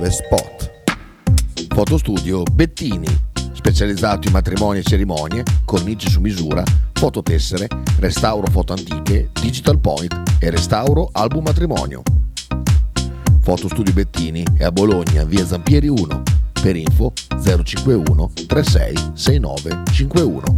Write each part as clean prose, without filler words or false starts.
99 Spot. Fotostudio Bettini, specializzato in matrimoni e cerimonie, cornici su misura, fototessere, restauro foto antiche, digital point e restauro album matrimonio. Fotostudio Bettini è a Bologna, via Zampieri 1. Per info 051 36 69 51.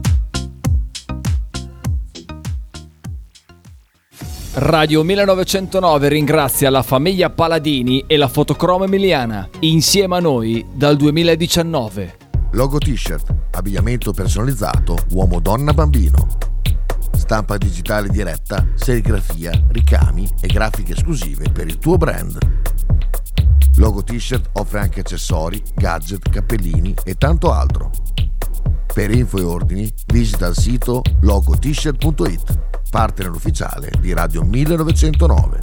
Radio 1909 ringrazia la famiglia Paladini e la Fotocromo Emiliana, insieme a noi dal 2019. Logo t-shirt, abbigliamento personalizzato, uomo, donna, bambino. Stampa digitale diretta, serigrafia, ricami e grafiche esclusive per il tuo brand. Logo t-shirt offre anche accessori, gadget, cappellini e tanto altro. Per info e ordini visita il sito logotshirt.it, partner ufficiale di Radio 1909.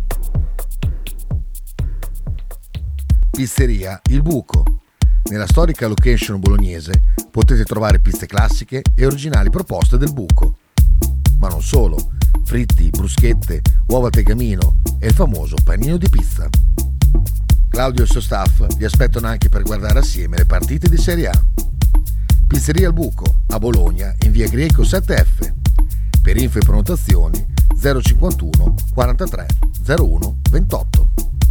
Pizzeria Il Buco. Nella storica location bolognese potete trovare pizze classiche e originali proposte del Buco. Ma non solo, fritti, bruschette, uova al tegamino e il famoso panino di pizza. Claudio e il suo staff vi aspettano anche per guardare assieme le partite di Serie A. Pizzeria Il Buco, a Bologna, in via Greco 7F. Per info e prenotazioni 051 43 01 28.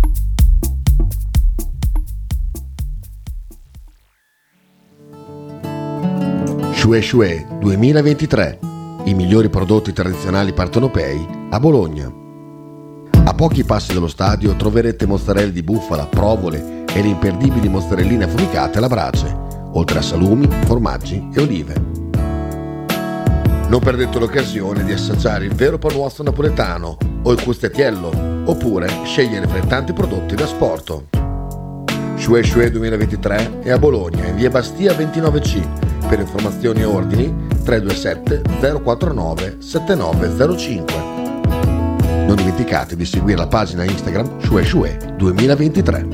Shue Shue 2023. I migliori prodotti tradizionali partenopei a Bologna. A pochi passi dallo stadio troverete mozzarella di bufala, provole e le imperdibili mozzarelline affumicate alla brace, oltre a salumi, formaggi e olive. Non perdete l'occasione di assaggiare il vero panuozzo napoletano o il custettiello, oppure scegliere fra i tanti prodotti da asporto. Shue Shue 2023 è a Bologna, in via Bastia 29C. Per informazioni e ordini 327 049 7905. Non dimenticate di seguire la pagina Instagram Shue Shue 2023.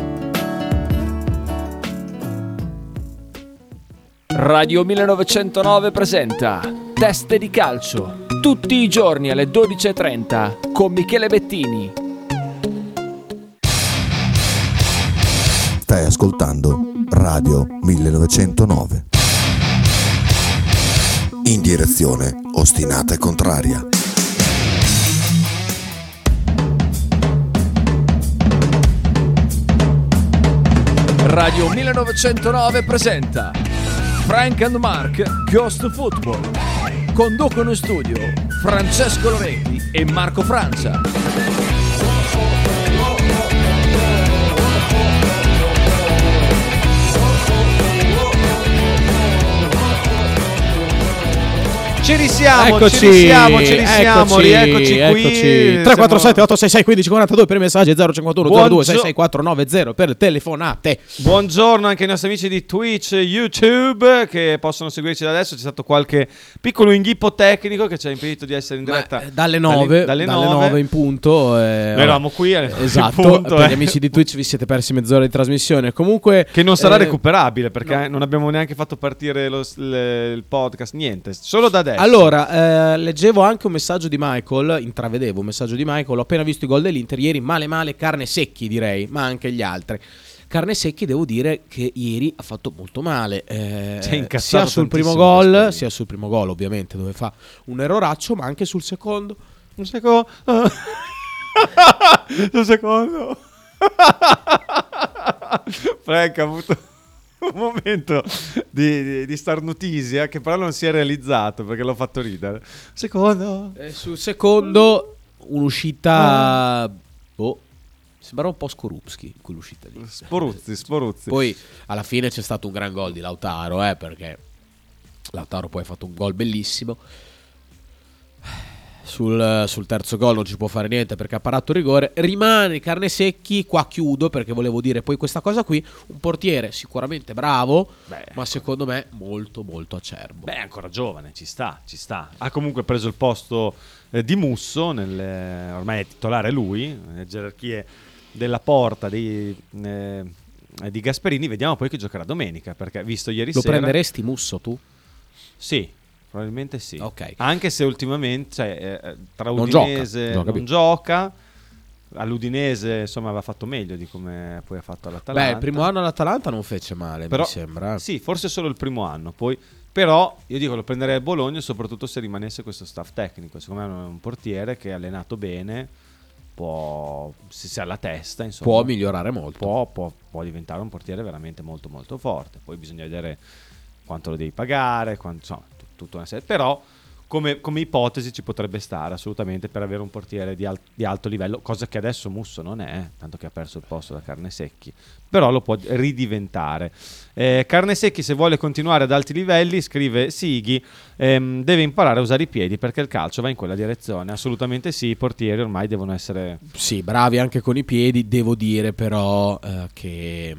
Radio 1909 presenta Teste di calcio, tutti i giorni alle 12:30 con Michele Bettini. Stai ascoltando Radio 1909. In direzione ostinata e contraria. Radio 1909 presenta Frank and Mark Goes to Football. Conducono in studio Francesco Loretti e Marco Francia. Ci risiamo, Eccoci rieccoci qui. 347 866 1542 per i messaggi, 051 02 66490 per telefonate. Buongiorno anche ai nostri amici di Twitch, YouTube, che possono seguirci da adesso. C'è stato qualche piccolo inghippo tecnico che ci ha impedito di essere in diretta dalle 9 in punto. Noi eravamo qui esatto, in punto, per gli amici di Twitch vi siete persi mezz'ora di trasmissione. Comunque che non sarà recuperabile perché non abbiamo neanche fatto partire il podcast, niente, solo da adesso. Allora, leggevo anche un messaggio di Michael, intravedevo un messaggio di Michael, ho appena visto i gol dell'Inter, ieri male carne secchi direi, ma anche gli altri. Carne secchi devo dire che ieri ha fatto molto male, sia sul primo gol ovviamente dove fa un erroraccio, ma anche sul secondo. Sul secondo. Frank ha avuto un momento di starnutisia che però non si è realizzato perché l'ho fatto ridere. Sul secondo un'uscita sembra un po' Skorupski quell'uscita lì. Sporuzzi. Poi alla fine c'è stato un gran gol di Lautaro, perché Lautaro poi ha fatto un gol bellissimo. Sul terzo gol non ci può fare niente perché ha parato il rigore. Rimane carne secchi. Qua chiudo perché volevo dire poi questa cosa qui. Un portiere sicuramente bravo, ma secondo me molto molto acerbo. Beh, è ancora giovane, ci sta. Ha comunque preso il posto di Musso ormai è titolare lui nelle gerarchie della Porta di Gasperini. Vediamo poi che giocherà domenica, perché visto ieri sera. Lo prenderesti Musso tu? Sì, probabilmente sì. Ok. Anche se ultimamente tra Udinese non gioca. all'Udinese insomma aveva fatto meglio di come poi ha fatto all'Atalanta. Beh, il primo anno all'Atalanta non fece male, però, mi sembra. Sì, forse solo il primo anno, poi però io dico lo prenderei a Bologna soprattutto se rimanesse questo staff tecnico. Secondo me è un portiere che è allenato bene, può, se ha la testa, insomma, Può migliorare molto. può diventare un portiere veramente molto molto forte. Poi bisogna vedere quanto lo devi pagare, insomma, tutta una serie. Però come ipotesi ci potrebbe stare assolutamente per avere un portiere di alto livello, cosa che adesso Musso non è, tanto che ha perso il posto da Carnesecchi, però lo può ridiventare. Carnesecchi, se vuole continuare ad alti livelli, scrive Sighi, deve imparare a usare i piedi perché il calcio va in quella direzione. Assolutamente sì, i portieri ormai devono essere... Sì, bravi anche con i piedi, devo dire però che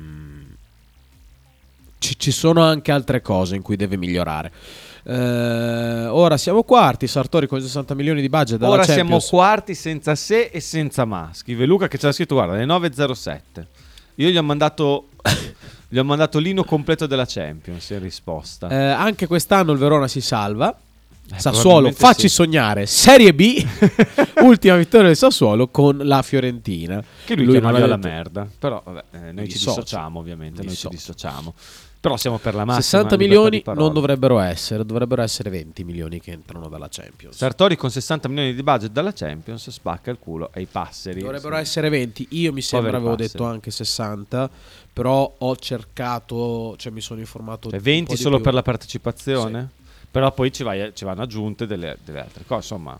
ci sono anche altre cose in cui deve migliorare. Ora siamo quarti, Sartori con 60 milioni di budget dalla Ora Champions. siamo quarti senza se e senza ma, scrive Luca, che c'era scritto, guarda, alle 9.07 io gli ho mandato l'ino completo della Champions in risposta. Anche quest'anno il Verona si salva. Sassuolo, probabilmente facci sì. sognare. Serie B, ultima vittoria del Sassuolo con la Fiorentina. Che lui chiama non via la aveva detto- merda. Però vabbè, noi ci dissocio. dissociamo ovviamente, Mi noi ci dissocio. dissociamo. Però siamo per la massima 60 libertà milioni di parola. non dovrebbero essere 20 milioni che entrano dalla Champions. Sartori con 60 milioni di budget dalla Champions spacca il culo ai passeri. Dovrebbero Sì. essere 20. Io mi sembra Poveri avevo passeri. detto anche 60, però ho cercato, cioè mi sono informato Cioè un 20 po' di solo più. per la partecipazione? Però poi ci vanno aggiunte delle altre cose, insomma.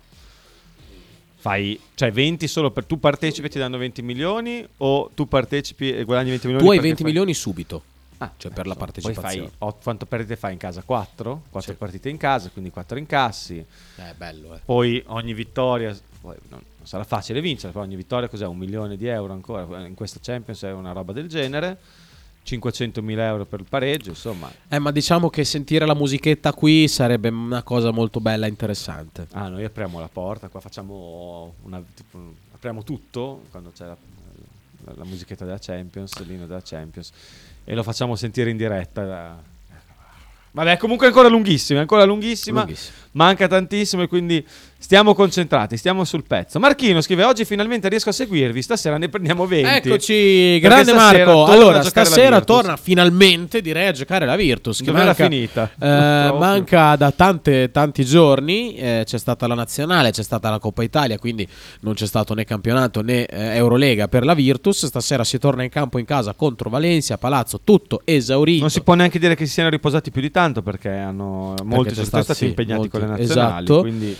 Cioè 20 solo per tu partecipi e ti danno 20 milioni o tu partecipi e guadagni 20 milioni? Tu hai perché 20 milioni subito. Cioè per la insomma, partecipazione. Poi quanto partite fai in casa? 4? 4 Sì. partite in casa, quindi 4 incassi. È bello, Poi ogni vittoria, poi non sarà facile vincere, però ogni vittoria cos'è? 1 milione di euro ancora? In questa Champions è una roba del genere. 500.000 euro per il pareggio, insomma. Ma diciamo che sentire la musichetta qui sarebbe una cosa molto bella e interessante. Noi apriamo la porta, qua apriamo tutto quando c'è la musichetta della Champions, l'inno della Champions, e lo facciamo sentire in diretta. Vabbè, comunque è ancora lunghissima, Lunghissimo. manca tantissimo e quindi stiamo concentrati, stiamo sul pezzo. Marchino scrive, oggi finalmente riesco a seguirvi, stasera ne prendiamo 20. Eccoci, Perché grande stasera Marco. torna Allora, a giocare la stasera Virtus. torna finalmente, direi, a giocare la Virtus. Che Dove era manca, finita? manca da tanti giorni. C'è stata la nazionale, c'è stata la Coppa Italia, quindi non c'è stato né campionato né Eurolega per la Virtus. Stasera si torna in campo in casa contro Valencia, Palazzo, tutto esaurito. Non si può neanche dire che si siano riposati più di tanto perché molti c'è sono stati sì, impegnati molti, con le nazionali, esatto. quindi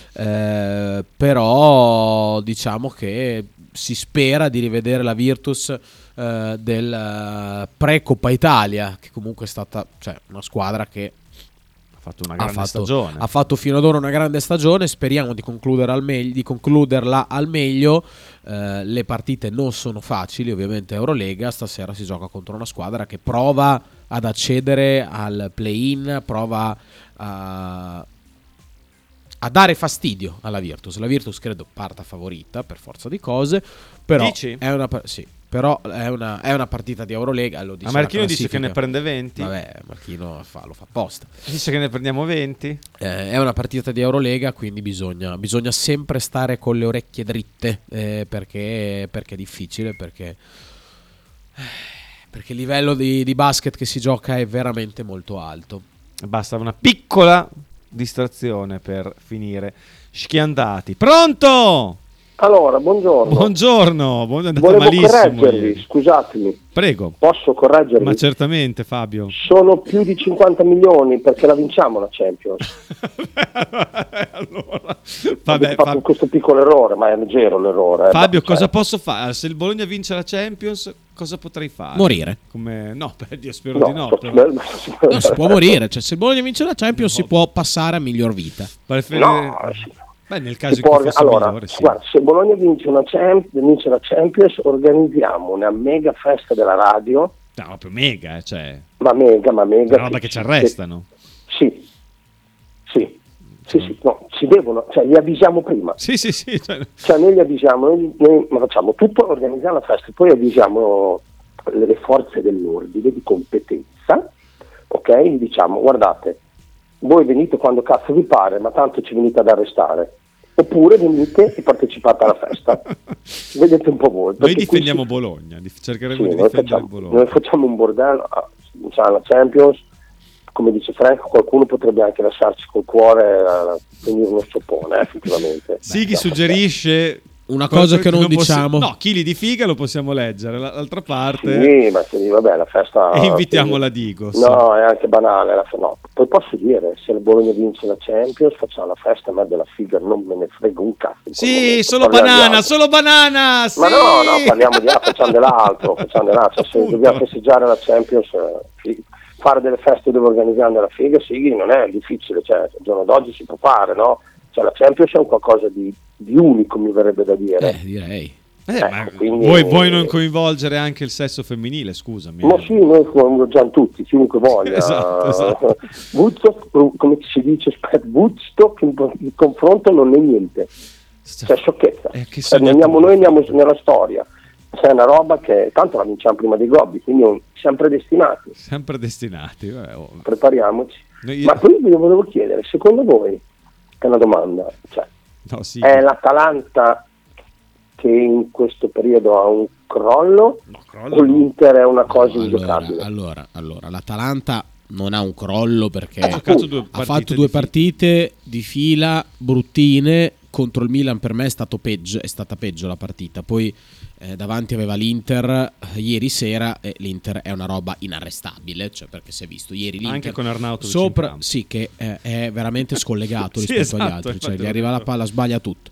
Però diciamo che si spera di rivedere la Virtus del pre-Coppa Italia, che comunque è stata una squadra che ha fatto una grande stagione. Ha fatto fino ad ora una grande stagione. Speriamo di concluderla al meglio. Le partite non sono facili, ovviamente Eurolega. Stasera si gioca contro una squadra che prova ad accedere al play-in, prova a dare fastidio alla Virtus. La Virtus credo parta favorita per forza di cose, però Dici? è una partita di Eurolega. Lo dice A Marchino la dice che ne prende 20. Vabbè, Marchino lo fa apposta. Dice che ne prendiamo 20. È una partita di Eurolega, quindi bisogna sempre stare con le orecchie dritte, perché è difficile, perché il livello di basket che si gioca è veramente molto alto. Basta una piccola distrazione per finire schiantati. Pronto? Allora, buongiorno. Buongiorno, è andato Volevo malissimo correggervi, ieri. scusatemi. Prego. Posso correggervi? Ma certamente, Fabio. Sono più di 50 milioni perché la vinciamo la Champions. Allora, Ho vabbè, fatto questo piccolo errore, ma è leggero l'errore. Fabio, Cioè, cosa posso fare? Se il Bologna vince la Champions, cosa potrei fare? Morire. No, Dio, spero no, di no. No, si può morire, cioè se il Bologna vince la Champions si può passare a miglior vita. No, sì. Beh, nel caso Si in cui può fosse allora, migliore, sì. guarda, se Bologna vince la Champions, organizziamo una mega festa della radio. No, proprio mega, cioè. Ma mega. Una roba che ci arrestano. Sì. No, ci devono, cioè li avvisiamo prima. Sì. Cioè noi li avvisiamo, noi facciamo tutto, organizziamo la festa, poi avvisiamo le forze dell'ordine di competenza, ok? Diciamo, guardate, voi venite quando cazzo vi pare, ma tanto ci venite ad arrestare. oppure venite e partecipate alla festa. Vedete un po' voi. Noi perché difendiamo qui Bologna, cercheremo di noi difendere Bologna. noi facciamo un bordello, la Champions, come dice Frank, qualcuno potrebbe anche lasciarci col cuore venire uno stoppone, effettivamente. Sighi suggerisce una cosa che non diciamo. No, chili di figa lo possiamo leggere, l'altra parte. Sì, ma vabbè, la festa. E invitiamo la Digos. No, è anche banale. No. Poi posso dire, se il Bologna vince la Champions, facciamo la festa, a me della figa non me ne frega un cazzo. Sì, solo banana, solo banana. Sì. Ma no, parliamo di facciamo dell'altro. Cioè, se dobbiamo festeggiare la Champions, fare delle feste dove organizzare la figa, sì, non è difficile, cioè, al giorno d'oggi si può fare, no? Cioè, la Champions è un qualcosa di unico, mi verrebbe da dire. Direi. Ma quindi, vuoi non coinvolgere anche il sesso femminile, scusami. Ma sì, noi coinvolgiamo tutti, chiunque voglia. Esatto. Woodstock, come si dice, Woodstock in confronto non è niente. C'è sciocchezza. Noi andiamo nella storia. C'è una roba che tanto la vinciamo prima dei Gobbi, quindi siamo predestinati. Prepariamoci. Ma poi vi volevo chiedere, secondo voi, è una domanda, cioè, è l'Atalanta che in questo periodo ha un crollo o l'Inter è una cosa ingiocabile? Allora, l'Atalanta non ha un crollo perché ha fatto due partite di fila bruttine. Contro il Milan per me è stata peggio la partita. Poi davanti aveva l'Inter ieri sera, e l'Inter è una roba inarrestabile, cioè, perché si è visto ieri l'Inter anche con Arnautovic sopra, sì, che è veramente scollegato rispetto agli altri, cioè gli arriva la palla, sbaglia tutto.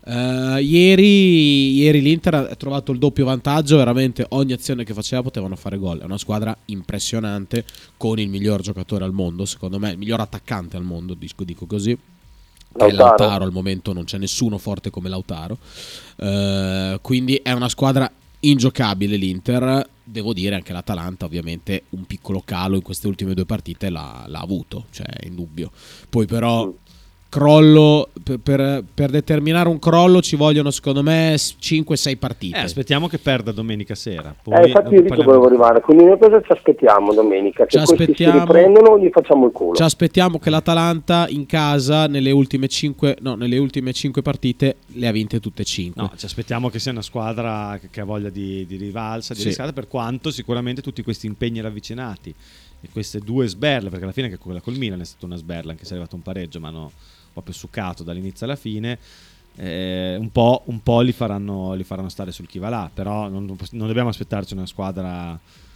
Ieri l'Inter ha trovato il doppio vantaggio, veramente ogni azione che faceva potevano fare gol. È una squadra impressionante, con il miglior giocatore al mondo, secondo me il miglior attaccante al mondo, dico così, che è Lautaro. Al momento non c'è nessuno forte come Lautaro, quindi è una squadra ingiocabile l'Inter. Devo dire anche l'Atalanta ovviamente un piccolo calo in queste ultime due partite l'ha avuto, cioè è indubbio. Poi però crollo, per determinare un crollo ci vogliono secondo me 5-6 partite. Aspettiamo che perda domenica sera. Poi infatti io volevo arrivare, quindi noi cosa ci aspettiamo domenica? Che questi si riprendono o gli facciamo il culo? Ci aspettiamo che l'Atalanta in casa nelle ultime 5 partite le ha vinte tutte e 5. No, ci aspettiamo che sia una squadra che ha voglia di rivalsa, di riscata, per quanto sicuramente tutti questi impegni ravvicinati e queste due sberle, perché alla fine anche quella col Milan è stata una sberla, anche se è arrivato un pareggio, ma no, proprio succato dall'inizio alla fine, un po' li faranno stare sul chi va là, però non dobbiamo aspettarci una squadra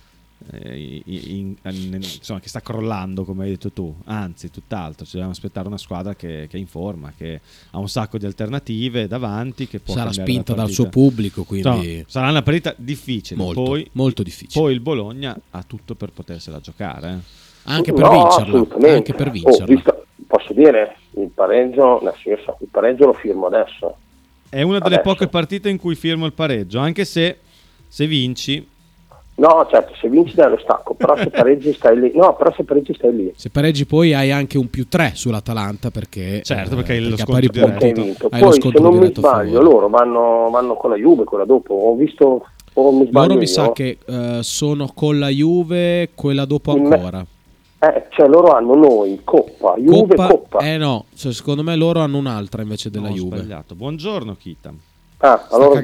insomma, che sta crollando, come hai detto tu, anzi tutt'altro, ci dobbiamo aspettare una squadra che è in forma, che ha un sacco di alternative davanti, che può sarà spinta dal suo pubblico, quindi sarà una partita difficile, molto difficile. Poi il Bologna ha tutto per potersela giocare, anche per vincerla. Posso dire, il pareggio lo firmo adesso. È una delle poche partite in cui firmo il pareggio, anche se vinci. No, certo, se vinci dai lo stacco, però se pareggi stai lì. No, però se pareggi stai lì. Se pareggi poi hai anche un +3 sull'Atalanta perché hai lo scontro pari punti. Poi se non mi sbaglio loro vanno con la Juve, quella dopo. Ho visto loro mi sa che sono con la Juve, quella dopo ancora. Cioè loro hanno noi Coppa, Juve, Coppa. No, cioè, secondo me loro hanno un'altra invece della Juve. Sbagliato. Buongiorno Kita. Allora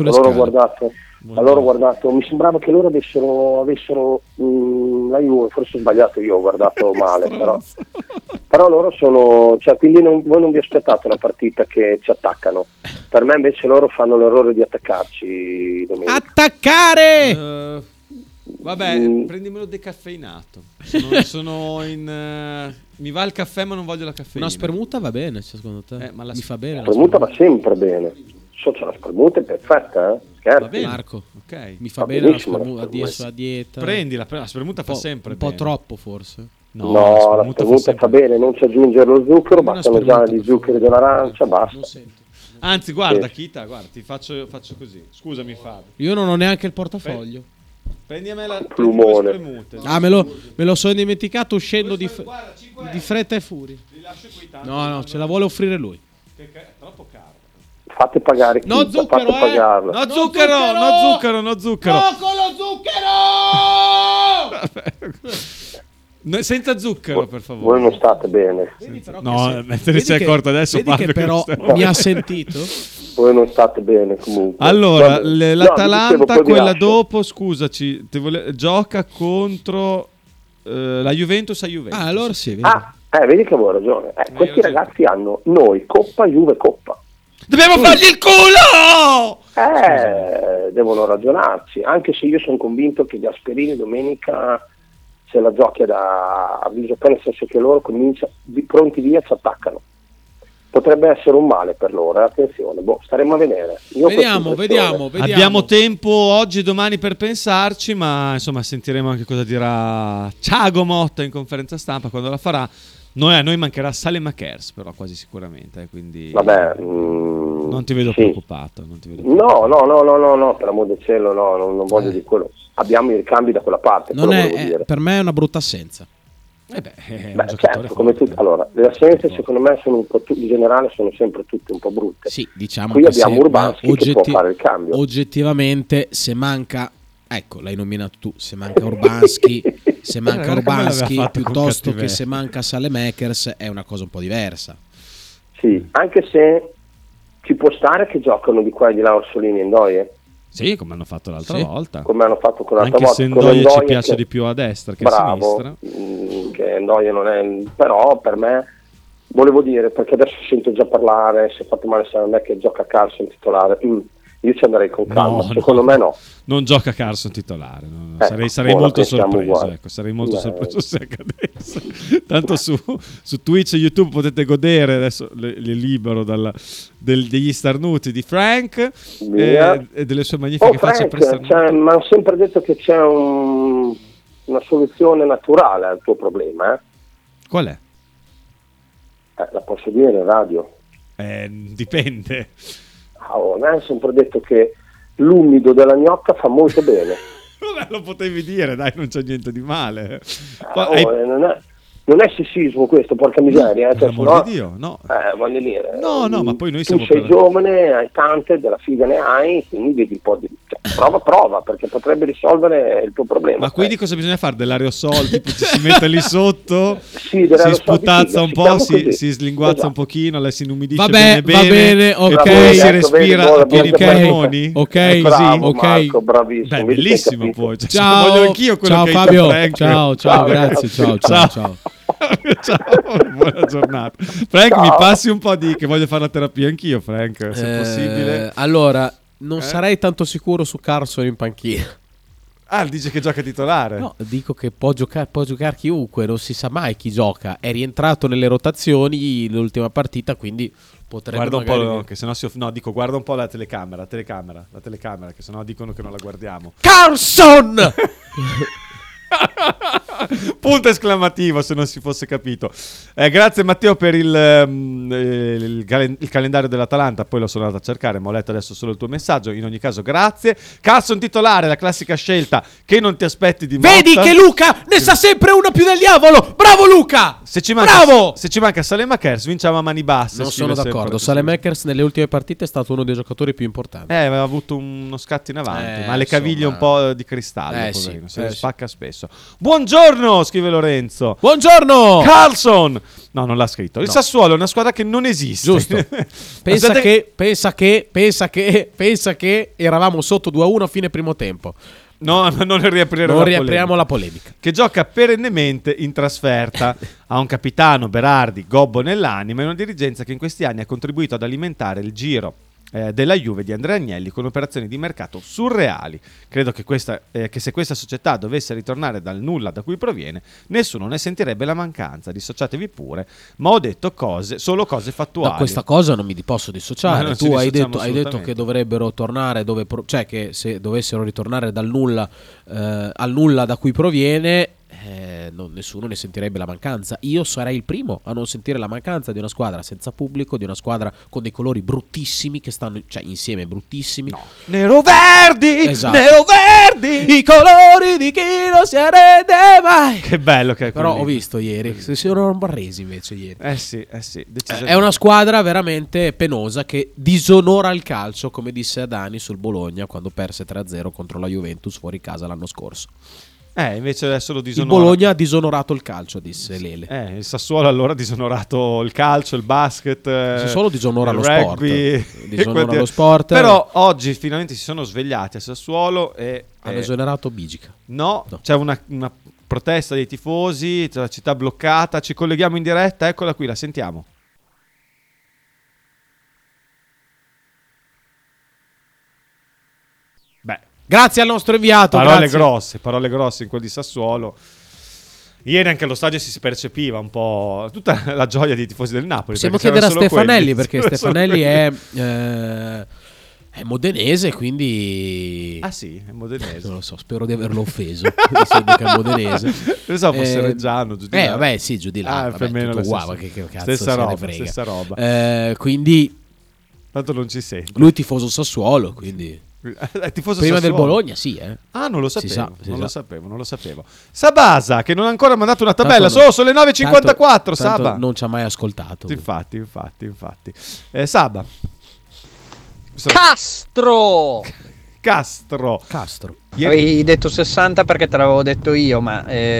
ho guardato, mi sembrava che loro avessero la Juve, forse ho sbagliato io, ho guardato male, però loro sono, cioè, quindi voi non vi aspettate una partita che ci attaccano. Per me invece loro fanno l'errore di attaccarci domenica. Attaccare! Vabbè, prendimelo decaffeinato. Sono in mi va il caffè ma non voglio la caffeina. Una spermuta va bene, secondo te? Ma mi fa bene. La spermuta va sempre bene. La spermuta è perfetta, Scherzi. Va bene. Marco, ok. Mi fa bene la spermuta, adesso a dieta. Prendila, la spermuta fa sempre un po' bene. troppo forse. No, la spermuta fa bene, non ci aggiungere lo zucchero, bastano già gli zuccheri dell'arancia, basta. Anzi, guarda, Kita, guarda, ti faccio così. Scusami, Fabio. Io non ho neanche il portafoglio. Prendi a me la plumone. Me lo sono dimenticato uscendo di fretta e furia. No, ce la vuole offrire lui. Che è troppo caro. Fate pagare. No zucchero, No zucchero. No con lo zucchero! Senza zucchero, per favore. Voi non state bene. No, te ne sei accorto adesso, vedi Fabio, che però mi ha sentito. Voi non state bene comunque. Allora, l'Atalanta, dicevo, quella dopo, scusaci, gioca contro la Juventus a Juventus. Ah, allora sì. Vedi che avevo ragione. Questi ragazzi hanno noi Coppa, Juve, Coppa. Dobbiamo fargli il culo! Devono ragionarci, anche se io sono convinto che Gasperini domenica se la giochi da avviso, nel senso che loro pronti via ci attaccano. Potrebbe essere un male per loro, attenzione, staremo a vedere. Vediamo. Abbiamo tempo oggi e domani per pensarci, ma insomma sentiremo anche cosa dirà Thiago Motta in conferenza stampa quando la farà. A noi mancherà Saelemaekers, però quasi sicuramente, quindi non ti vedo preoccupato. No, per amor del cielo, non voglio di quello. Abbiamo i ricambi da quella parte. Per me è una brutta assenza. Certo, come tutti. Allora, le assenze secondo me sono un po' in generale sono sempre tutte un po' brutte. Sì, diciamo qui che abbiamo Urbanski che può fare il cambio. Oggettivamente, se manca, ecco, l'hai nominato tu, se manca Urbanski, piuttosto che se manca Saelemaekers è una cosa un po' diversa. Sì, anche se ci può stare che giocano di qua e di là Orsolini e Ndoye. Sì, come hanno fatto l'altra volta. Come hanno fatto con l'altra volta. Anche se Ndoye ci piace di più a destra che a sinistra. Che Ndoye non è... Però per me, volevo dire, perché adesso sento già parlare, si è fatto male Saelemaekers che gioca a calcio in titolare. Io ci andrei con calma, secondo me no. Non gioca Carson titolare, sarei molto sorpreso, sarei molto sorpreso se accadesse. Tanto su Twitch e YouTube potete godere, adesso le libero degli starnuti di Frank e delle sue magnifiche facce prestarnute. Ma hanno sempre detto che c'è una soluzione naturale al tuo problema. Qual è? La posso dire in radio? Dipende. Mi hanno sempre detto che l'umido della gnocca fa molto bene. Lo potevi dire, dai, non c'è niente di male. Non è sessismo questo, porca miseria. Per l'amor di Dio, no. Voglio dire. No, ma poi noi tu sei giovane, hai tante, della figa ne hai, quindi vedi un po' di... prova, perché potrebbe risolvere il tuo problema. Ma quindi cosa bisogna fare? Dell'aerosol, tipo ci si mette lì sotto, si sputazza un po', si slinguazza un pochino, la si inumidisce bene, va bene, ok. Poi si respira a pieni polmoni. Ok, bravo, Marco, bravissimo. Beh, bellissimo poi. Ciao, voglio anch'io quello ciao che Fabio, hai ciao, grazie, ciao. Ciao, buona giornata. Frank, mi passi un po' che voglio fare la terapia anch'io, Frank, se è possibile. Allora, non sarei tanto sicuro su Carson in panchina. Dice che gioca titolare. No, dico che può giocare chiunque, non si sa mai chi gioca. È rientrato nelle rotazioni l'ultima partita, quindi potrebbe guarda un po', che sennò guarda un po' la telecamera, che sennò dicono che non la guardiamo. Carson! Punto esclamativo, se non si fosse capito. Grazie Matteo per il calendario dell'Atalanta. Poi lo sono andato a cercare, ma ho letto adesso solo il tuo messaggio. In ogni caso grazie. Carson titolare, la classica scelta che non ti aspetti di Motta. Vedi che Luca ne sa sempre una più del diavolo. Bravo Luca, se ci manca Saelemaekers vinciamo a mani basse. Non sono d'accordo. Saelemaekers nelle ultime partite è stato uno dei giocatori più importanti. Aveva avuto uno scatto in avanti, ma le caviglie un po' di cristallo, poverino, se ne spacca spesso. Buongiorno, scrive Lorenzo. Buongiorno Carlson. No, non l'ha scritto. Il Sassuolo è una squadra che non esiste. Giusto. pensa che eravamo sotto 2-1 a fine primo tempo. No, non riapriamo la polemica. Che gioca perennemente in trasferta. Ha un capitano, Berardi, gobbo nell'anima, e una dirigenza che in questi anni ha contribuito ad alimentare il giro della Juve di Andrea Agnelli con operazioni di mercato surreali. Credo che se questa società dovesse ritornare dal nulla da cui proviene, nessuno ne sentirebbe la mancanza. Dissociatevi pure, ma ho detto solo cose fattuali. Da questa cosa non mi posso dissociare. Tu hai detto che dovrebbero tornare che se dovessero ritornare dal nulla al nulla da cui proviene, nessuno ne sentirebbe la mancanza. Io sarei il primo a non sentire la mancanza di una squadra senza pubblico, di una squadra con dei colori bruttissimi che stanno insieme bruttissimi. No. Nero-verdi, esatto. Nero-verdi, i colori di chi non si arrende mai. Che bello che è. Però ho visto ieri, si sono barresi invece ieri. Sì, è una squadra veramente penosa che disonora il calcio, come disse Adani sul Bologna quando perse 3-0 contro la Juventus fuori casa l'anno scorso. Invece adesso lo Il disonora. Bologna ha disonorato il calcio, disse Lele. Il Sassuolo allora ha disonorato il calcio, il basket, Il Sassuolo disonora il lo rugby, sport. Disonora lo sport. Però oggi finalmente si sono svegliati a Sassuolo e hanno esonerato Bigica. No, c'è una protesta dei tifosi, c'è la città bloccata, ci colleghiamo in diretta, eccola qui, la sentiamo. Grazie al nostro inviato. Parole grosse in quel di Sassuolo. Ieri anche allo stadio si percepiva un po' tutta la gioia dei tifosi del Napoli. Possiamo chiedere a Stefanelli, perché Stefanelli è modenese, quindi... Ah sì, è modenese. Non lo so, spero di averlo offeso. Mi sembra che è modenese. Pensavo fosse reggiano, giù di là. Vabbè, sì, giù di là. Più o meno tutto uguale, che cazzo stessa se roba, ne frega. stessa roba. Quindi... Tanto non ci sente. Lui tifoso Sassuolo, quindi... tifoso prima Sassuolo. del Bologna, sì. Ah, non lo sapevo. Non lo sapevo. Sabasa, che non ha ancora mandato una tabella. Tanto sono le 9:54. Saba non ci ha mai ascoltato. Infatti. Saba. Castro. Avevi detto 60 perché te l'avevo detto io, ma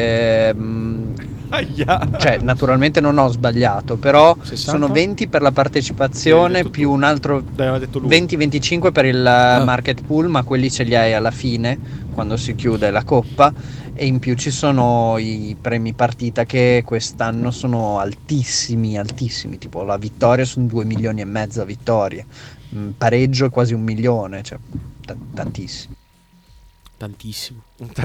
cioè naturalmente non ho sbagliato, però 60? sono 20 per la partecipazione più un altro 20-25 per il market pool, ma quelli ce li hai alla fine quando si chiude la coppa, e in più ci sono i premi partita che quest'anno sono altissimi, tipo la vittoria sono 2,5 milioni a vittoria, pareggio è quasi 1 milione, cioè Tantissimo.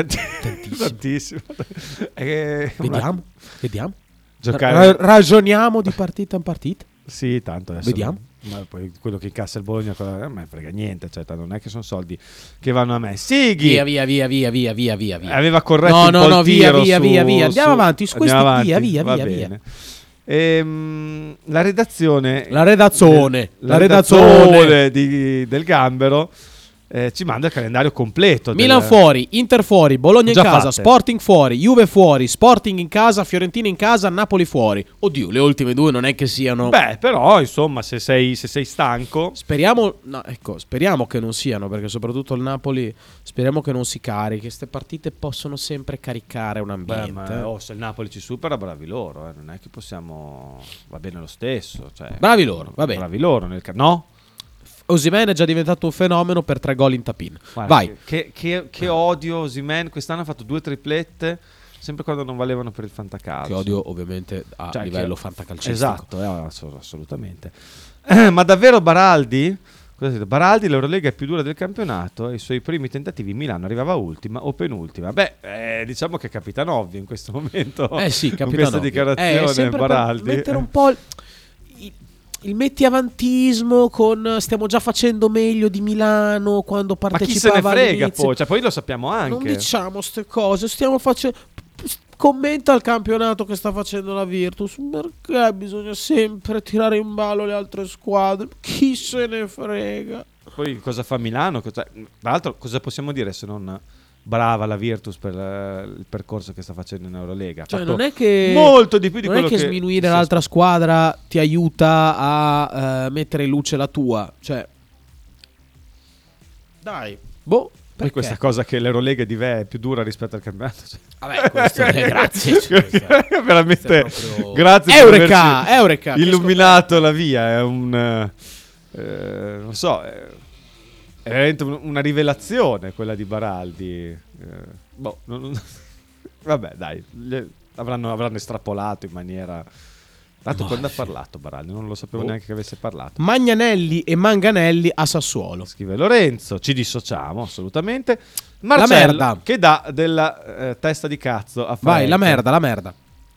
Vediamo. Ragioniamo di partita in partita. Sì, tanto adesso. Vediamo. Ma poi quello che incassa il Bologna a me frega niente, cioè, non è che sono soldi che vanno a me. Sighi. Via. Aveva corretto un po' il tiro via. Andiamo avanti, via. Bene. La redazione del Gambero ci manda il calendario completo. Milan fuori, Inter fuori, Bologna in casa, fatte. Sporting fuori, Juve fuori, Sporting in casa, Fiorentina in casa, Napoli fuori. Oddio, le ultime due non è che siano... Beh, però, insomma, se sei stanco... Speriamo che non siano, perché soprattutto il Napoli, speriamo che non si carichi. Queste partite possono sempre caricare un ambiente. Ma se il Napoli ci supera, bravi loro. Non è che possiamo... Va bene lo stesso. Cioè, bravi loro, va bene. Bravi loro, no? Osimhen è già diventato un fenomeno per 3 gol in tapin. Guarda, vai. Che odio Osimhen. Quest'anno ha fatto 2 triplette, sempre quando non valevano per il fantacalcio. Che odio ovviamente a livello fantacalcistico. Esatto, assolutamente. Ma davvero Baraldi? Baraldi, l'Eurolega è più dura del campionato e i suoi primi tentativi Milano arrivava ultima o penultima. Beh, diciamo che è capitano ovvio in questo momento. Sì, con questa dichiarazione Baraldi. Per mettere un po' il mettiavantismo con stiamo già facendo meglio di Milano quando partecipava. Ma chi se ne frega poi? Cioè, poi lo sappiamo anche. Non diciamo ste cose, stiamo facendo... Commenta il campionato che sta facendo la Virtus. Perché bisogna sempre tirare in ballo le altre squadre? Chi se ne frega? Poi cosa fa Milano? Tra l'altro cosa possiamo dire se non... brava la Virtus per il percorso che sta facendo in Eurolega. Cioè, non è che molto di più di quello che sminuire l'altra squadra ti aiuta a mettere in luce la tua. Cioè, dai, poi questa cosa che l'Eurolega di Ve è più dura rispetto al campionato. Cioè. Vabbè, questo grazie. Veramente proprio... grazie Eureka, illuminato la via. È un non so. È veramente una rivelazione quella di Baraldi. Vabbè, dai, avranno estrapolato in maniera... Tanto quando ha parlato Baraldi, non lo sapevo neanche che avesse parlato. Magnanelli e Manganelli a Sassuolo. Scrive Lorenzo, ci dissociamo assolutamente. Marcello, la merda. Che dà della testa di cazzo a Vai, la merda.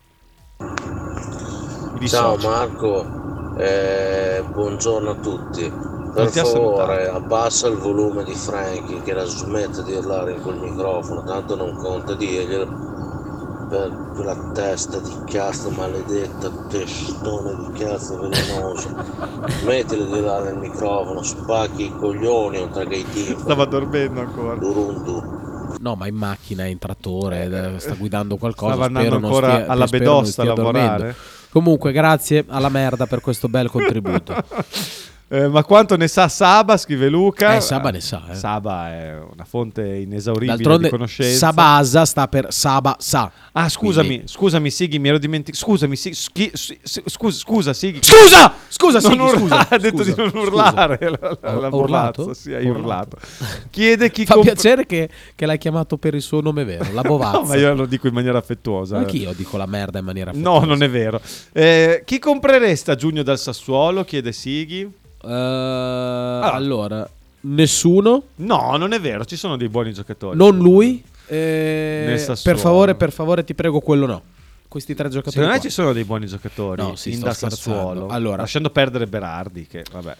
Ciao Marco, buongiorno a tutti. Per favore abbassa il volume di Frankie, che la smette di urlare in quel microfono, tanto non conta dirglielo. Per quella testa di cazzo maledetta, testone di cazzo velenoso, smettila di urlare nel microfono, spacchi i coglioni oltre che i timpani. Stava dormendo ancora. Durundu. No, ma in macchina, in trattore, sta guidando qualcosa. Stava andando ancora alla Bedosta a lavorare. Comunque, grazie alla merda per questo bel contributo. Ma quanto ne sa Saba, scrive Luca. Saba ne sa. Saba è una fonte inesauribile D'altronde, di conoscenza. Sabasa sta per Saba sa. Ah, scusami Sighi, mi ero dimenticato. Scusami, scusa Sighi. Scusa, Sighi, ha detto di non urlare. La Ho urlato? Sì, hai urlato. Chiede chi Fa piacere che l'hai chiamato per il suo nome vero, la Bovazza. No, ma io lo dico in maniera affettuosa. Anch'io dico la merda in maniera affettuosa. No, non è vero. Chi comprereste a giugno dal Sassuolo? Chiede Sighi. Allora, nessuno. No, non è vero, ci sono dei buoni giocatori. Non lui. Sassuolo. Per favore, ti prego, quello no. Questi 3 giocatori. Secondo me qua. ci sono dei buoni giocatori. No, sì, da Sassuolo. Allora, lasciando perdere Berardi, che vabbè.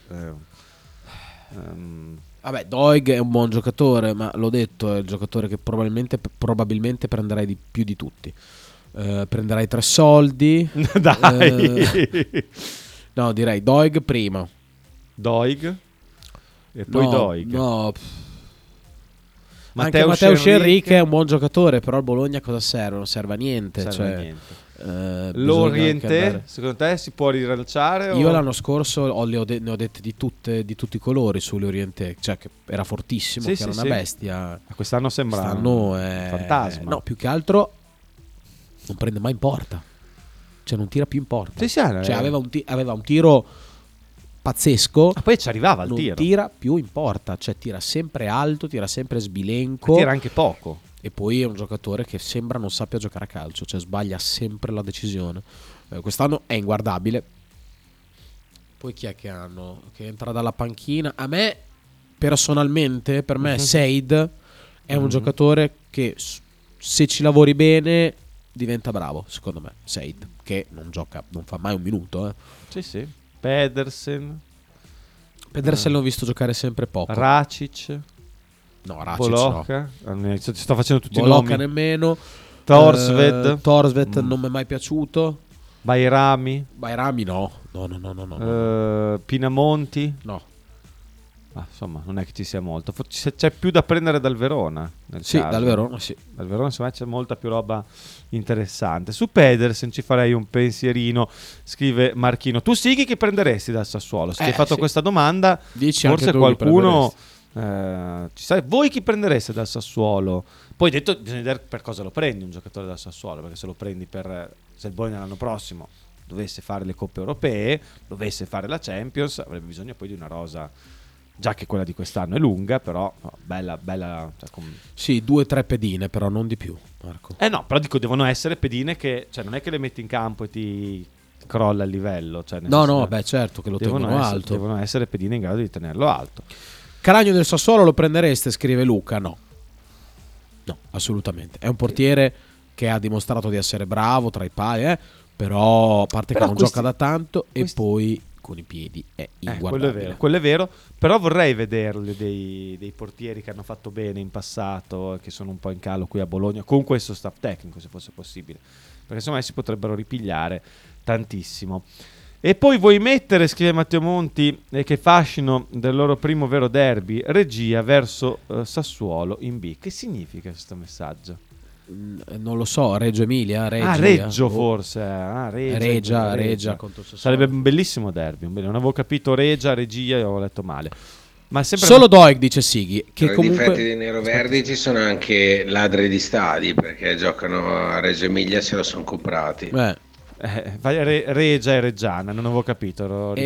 Vabbè, Doig è un buon giocatore, ma l'ho detto, è il giocatore che probabilmente prenderai di più di tutti. Prenderai 3 soldi. Dai. No, direi Doig prima. Doig e poi Doig. No. Anche Matteo Scerric è un buon giocatore, però il Bologna cosa serve? Non serve a niente. L'Orientè, secondo te si può rilanciare? Io l'anno scorso ne ho dette di tutti i colori sull'Orientè, cioè che era fortissimo, che era una bestia. Quest'anno sembra un fantasma. No, più che altro non prende mai in porta. Cioè non tira più in porta. Cioè aveva un tiro pazzesco. Ma poi ci arrivava al non tiro. Tira più in porta, cioè tira sempre alto, tira sempre sbilenco. Tira anche poco. E poi è un giocatore che sembra non sappia giocare a calcio, cioè sbaglia sempre la decisione. Quest'anno è inguardabile. Poi chi è che hanno? Che entra dalla panchina. A me, personalmente, per me Seid è un giocatore che se ci lavori bene diventa bravo, secondo me. Seid, che non gioca, non fa mai un minuto. Sì. Pedersen l'ho visto giocare sempre poco. Racic. No, Racic Bolocca, no. Sto facendo tutti Bolocca i nomi. nemmeno. Torsved non mi è mai piaciuto. Bairami no. Pinamonti no. Insomma, non è che ci sia molto. C'è più da prendere dal Verona. Dal Verona, sì. Dal Verona, secondo me, c'è molta più roba interessante. Su Pedersen ci farei un pensierino, scrive Marchino. Tu Sighi che prenderesti dal Sassuolo? Se ti hai fatto questa domanda, dici forse qualcuno ci sai. Voi chi prendereste dal Sassuolo? Poi detto, bisogna vedere per cosa lo prendi un giocatore dal Sassuolo, perché se lo prendi se il Bologna l'anno prossimo dovesse fare le coppe europee, dovesse fare la Champions, avrebbe bisogno poi di una rosa, già che quella di quest'anno è lunga, però bella sì, 2-3 pedine, però non di più, Marco. No, però dico, devono essere pedine che, cioè, non è che le metti in campo e ti crolla il livello, cioè, certo che lo tengono alto. Devono essere pedine in grado di tenerlo alto. Cragno del Sassuolo lo prendereste, scrive Luca. No, assolutamente. È un portiere che ha dimostrato di essere bravo tra i pali, però a parte che non gioca da tanto e poi con i piedi è inguardabile. Quello è vero, però vorrei vederli dei portieri che hanno fatto bene in passato, che sono un po' in calo qui a Bologna, con questo staff tecnico, se fosse possibile, perché secondo me si potrebbero ripigliare tantissimo. E poi vuoi mettere, scrive Matteo Monti, che fascino del loro primo vero derby, Regia verso Sassuolo in B. Che significa questo messaggio? Non lo so, Reggio Emilia, Reggio forse. Regia contro Sassuolo. Sarebbe un bellissimo derby. Non avevo capito Regia, ho letto male. Ma solo Doig, dice Sighi, che tra comunque i difetti dei neroverdi ci sono anche ladri di stadi, perché giocano a Reggio Emilia, se lo sono comprati. Regia e Reggiana, non avevo capito.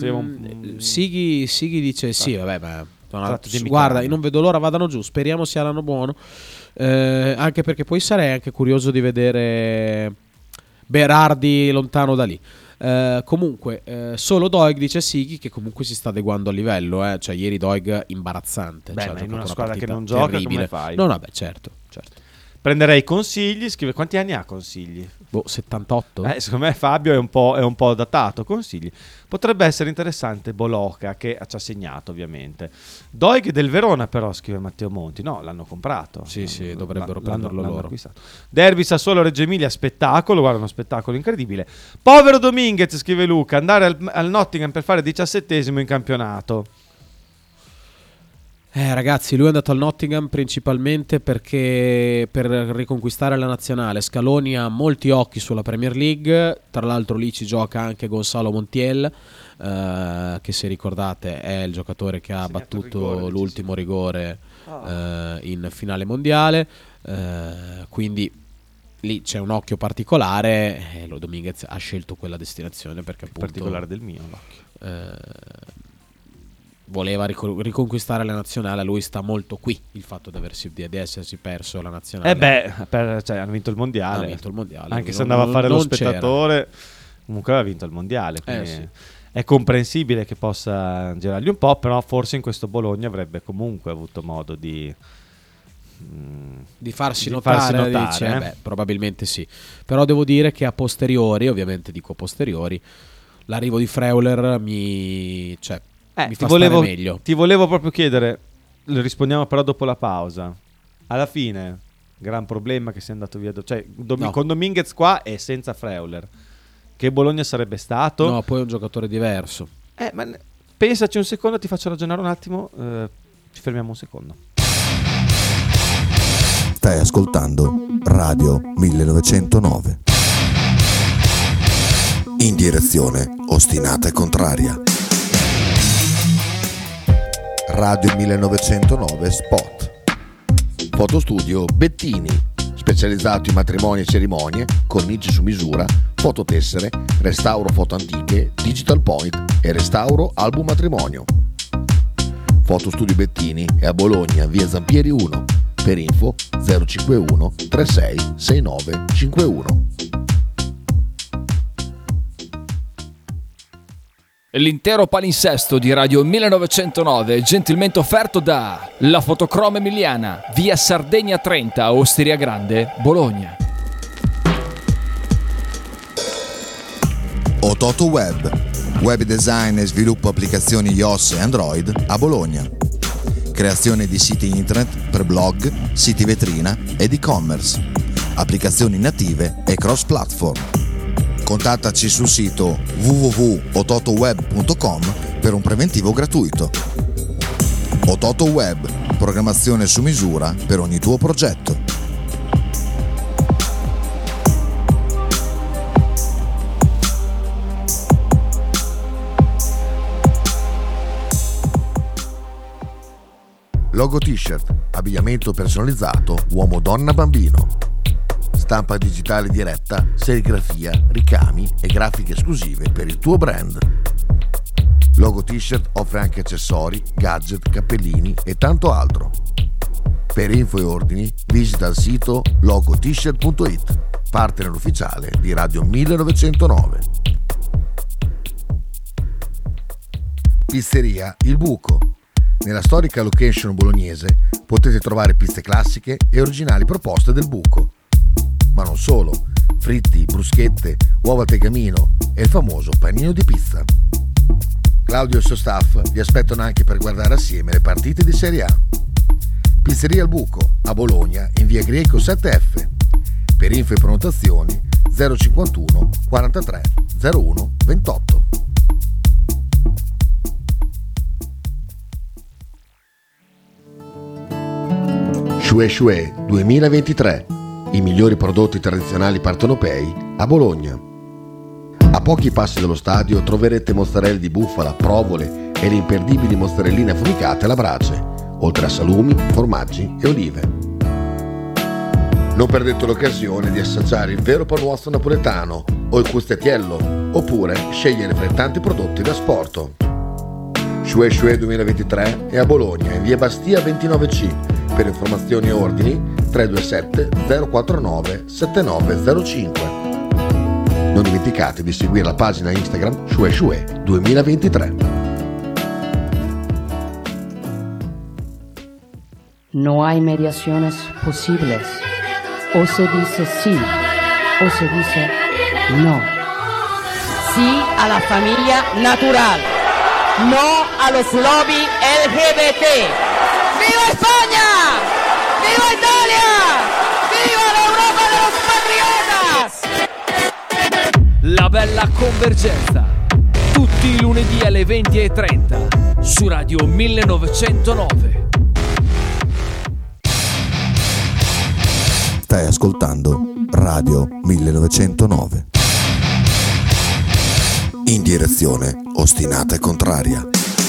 Sighi dice sì, vabbè, guarda, io non vedo l'ora vadano giù, speriamo sia l'anno buono, anche perché poi sarei anche curioso di vedere Berardi lontano da lì. Comunque solo Doig, dice Sighi, che comunque si sta adeguando al livello, cioè ieri Doig imbarazzante, ma in una squadra che non terribile. Gioca come fai? No, vabbè, certo. Prenderei Consigli, scrive. Quanti anni ha Consigli? 78. Secondo me Fabio è un po' datato. Consigli. Potrebbe essere interessante Bolocca, che ci ha segnato ovviamente. Doig del Verona però, scrive Matteo Monti. No, l'hanno comprato. Sì, dovrebbero prenderlo loro. Acquistato. Derby Sassuolo Reggio Emilia, spettacolo. Guarda, uno spettacolo incredibile. Povero Dominguez, scrive Luca, andare al Nottingham per fare 17esimo in campionato. Ragazzi, lui è andato al Nottingham principalmente perché per riconquistare la nazionale. Scaloni ha molti occhi sulla Premier League, tra l'altro lì ci gioca anche Gonzalo Montiel, che se ricordate è il giocatore che ha battuto l'ultimo rigore in finale mondiale, quindi lì c'è un occhio particolare, lo Dominguez ha scelto quella destinazione perché appunto particolare del mio l'occhio. Voleva riconquistare la nazionale. A lui sta molto qui il fatto di essersi perso la nazionale. Hanno vinto il mondiale. Ha vinto il mondiale. Anche se andava a fare lo spettatore, comunque aveva vinto il mondiale. Sì. È comprensibile che possa girargli un po', però forse in questo Bologna avrebbe comunque avuto modo di farsi notare. Dice, probabilmente sì. Però devo dire che a posteriori, ovviamente dico a posteriori, l'arrivo di Freuler mi fa stare meglio. Ti volevo proprio chiedere, rispondiamo però dopo la pausa. Alla fine, gran problema che sia andato via. Con Dominguez qua e senza Freuler. Che Bologna sarebbe stato? No, poi è un giocatore diverso. Ma pensaci un secondo, ti faccio ragionare un attimo. Ci fermiamo un secondo. Stai ascoltando Radio 1909. In direzione ostinata e contraria. Radio 1909 Spot. Fotostudio Bettini, specializzato in matrimoni e cerimonie, cornici su misura, fototessere, restauro foto antiche, digital point e restauro album matrimonio. Fotostudio Bettini è a Bologna, via Zampieri 1. Per info 051 36 69 51. L'intero palinsesto di Radio 1909 è gentilmente offerto da La Fotocroma Emiliana, via Sardegna 30, Osteria Grande, Bologna. Ototo Web, web design e sviluppo applicazioni iOS e Android a Bologna. Creazione di siti internet per blog, siti vetrina ed e-commerce, applicazioni native e cross-platform. Contattaci sul sito www.ototoweb.com per un preventivo gratuito. Ototo Web, programmazione su misura per ogni tuo progetto. Logo t-shirt, abbigliamento personalizzato uomo, donna, bambino. Stampa digitale diretta, serigrafia, ricami e grafiche esclusive per il tuo brand. Logo t-shirt offre anche accessori, gadget, cappellini e tanto altro. Per info e ordini visita il sito logotshirt.it, partner ufficiale di Radio 1909. Pizzeria Il Buco. Nella storica location bolognese potete trovare pizze classiche e originali proposte del Buco. Ma non solo, fritti, bruschette, uova al tegamino e il famoso panino di pizza. Claudio e il suo staff vi aspettano anche per guardare assieme le partite di Serie A. Pizzeria Il Buco, a Bologna, in via Greco 7F. Per info e prenotazioni 051 43 01 28. Shue Shue 2023. I migliori prodotti tradizionali partenopei a Bologna. A pochi passi dallo stadio troverete mozzarella di bufala, provole e le imperdibili mozzarelline affumicate alla brace, oltre a salumi, formaggi e olive. Non perdete l'occasione di assaggiare il vero panuozzo napoletano o il custettiello, oppure scegliere fra i tanti prodotti da asporto. Shue Shue 2023 è a Bologna, in via Bastia 29C. Per informazioni e ordini 327 049 7905. Non dimenticate di seguire la pagina Instagram Shue Shue 2023. No hay mediaciones posibles. O se dice sí o se dice no. Sí a la familia natural. No a los lobby LGBT. ¡Viva España! ¡Viva Italia! ¡Viva l'Europa de los Patriotas! La bella convergenza. Tutti i lunedì alle 20:30 su Radio 1909. Stai ascoltando Radio 1909. In direzione ostinata e contraria.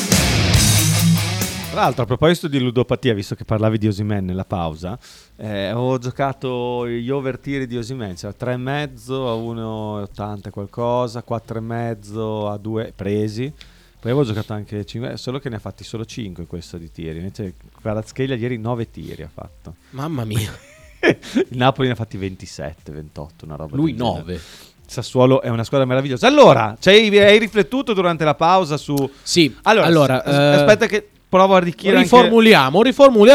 Tra l'altro, a proposito di ludopatia, visto che parlavi di Osimhen nella pausa, ho giocato gli over tiri di Osimhen, cioè 3,5 a 1,80 qualcosa, 4,5 a 2 presi. Poi avevo giocato anche 5, solo che ne ha fatti solo 5 questo di tiri. Invece Kvaratskhelia ieri 9 tiri ha fatto. Mamma mia. Il Napoli ne ha fatti 27, 28, una roba. Lui 9. Sassuolo è una squadra meravigliosa. Allora, hai riflettuto durante la pausa su... Sì, allora aspetta che provo a arricchire riformuliamo.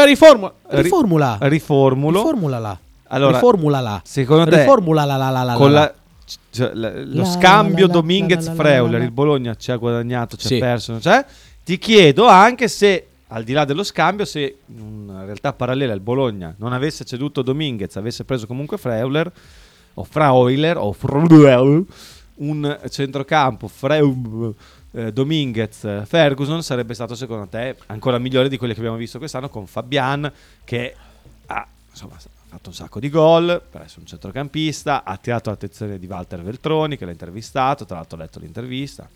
Riformulala. Allora, riformulala. Secondo te riformulala con lo scambio Dominguez-Freuler il Bologna ci ha guadagnato, ci ha perso, non c'è? Ti chiedo anche se, al di là dello scambio, se in una realtà parallela il Bologna non avesse ceduto Dominguez, avesse preso comunque Freuler o Freuler un centrocampo Dominguez Ferguson sarebbe stato secondo te ancora migliore di quelli che abbiamo visto quest'anno, con Fabian che ha fatto un sacco di gol per essere un centrocampista, ha attirato l'attenzione di Walter Veltroni che l'ha intervistato, tra l'altro ho letto l'intervista.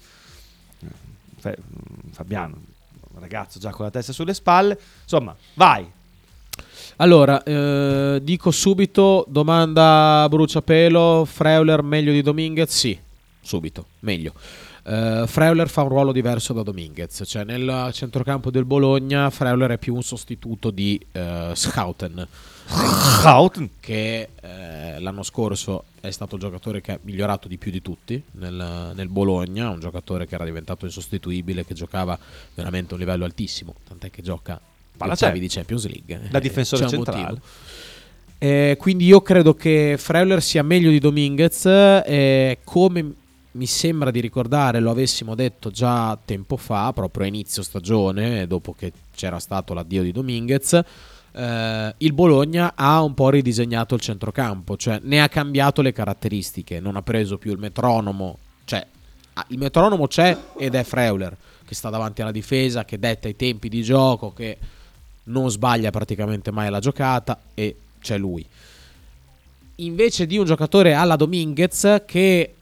Fabian, un ragazzo già con la testa sulle spalle, insomma, vai. Allora, dico subito, domanda a bruciapelo, Freuler meglio di Dominguez? Sì, subito, meglio. Freuler fa un ruolo diverso da Dominguez, cioè nel centrocampo del Bologna Freuler è più un sostituto di Schouten, che l'anno scorso è stato il giocatore che ha migliorato di più di tutti nel Bologna, un giocatore che era diventato insostituibile, che giocava veramente a un livello altissimo, tant'è che gioca ottavi di Champions League da difensore centrale. Quindi io credo che Freuler sia meglio di Dominguez, come mi sembra di ricordare lo avessimo detto già tempo fa, proprio a inizio stagione, dopo che c'era stato l'addio di Dominguez. Il Bologna ha un po' ridisegnato il centrocampo, cioè ne ha cambiato le caratteristiche, non ha preso più il metronomo, cioè il metronomo c'è ed è Freuler che sta davanti alla difesa, che detta i tempi di gioco, che non sbaglia praticamente mai la giocata, e c'è lui. Invece di un giocatore alla Dominguez, che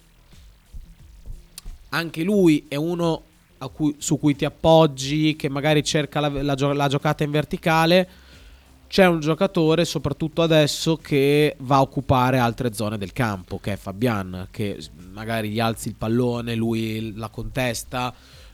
anche lui è uno su cui ti appoggi, che magari cerca la giocata in verticale, c'è un giocatore soprattutto adesso che va a occupare altre zone del campo, che è Fabian, che magari gli alzi il pallone, lui la contesta,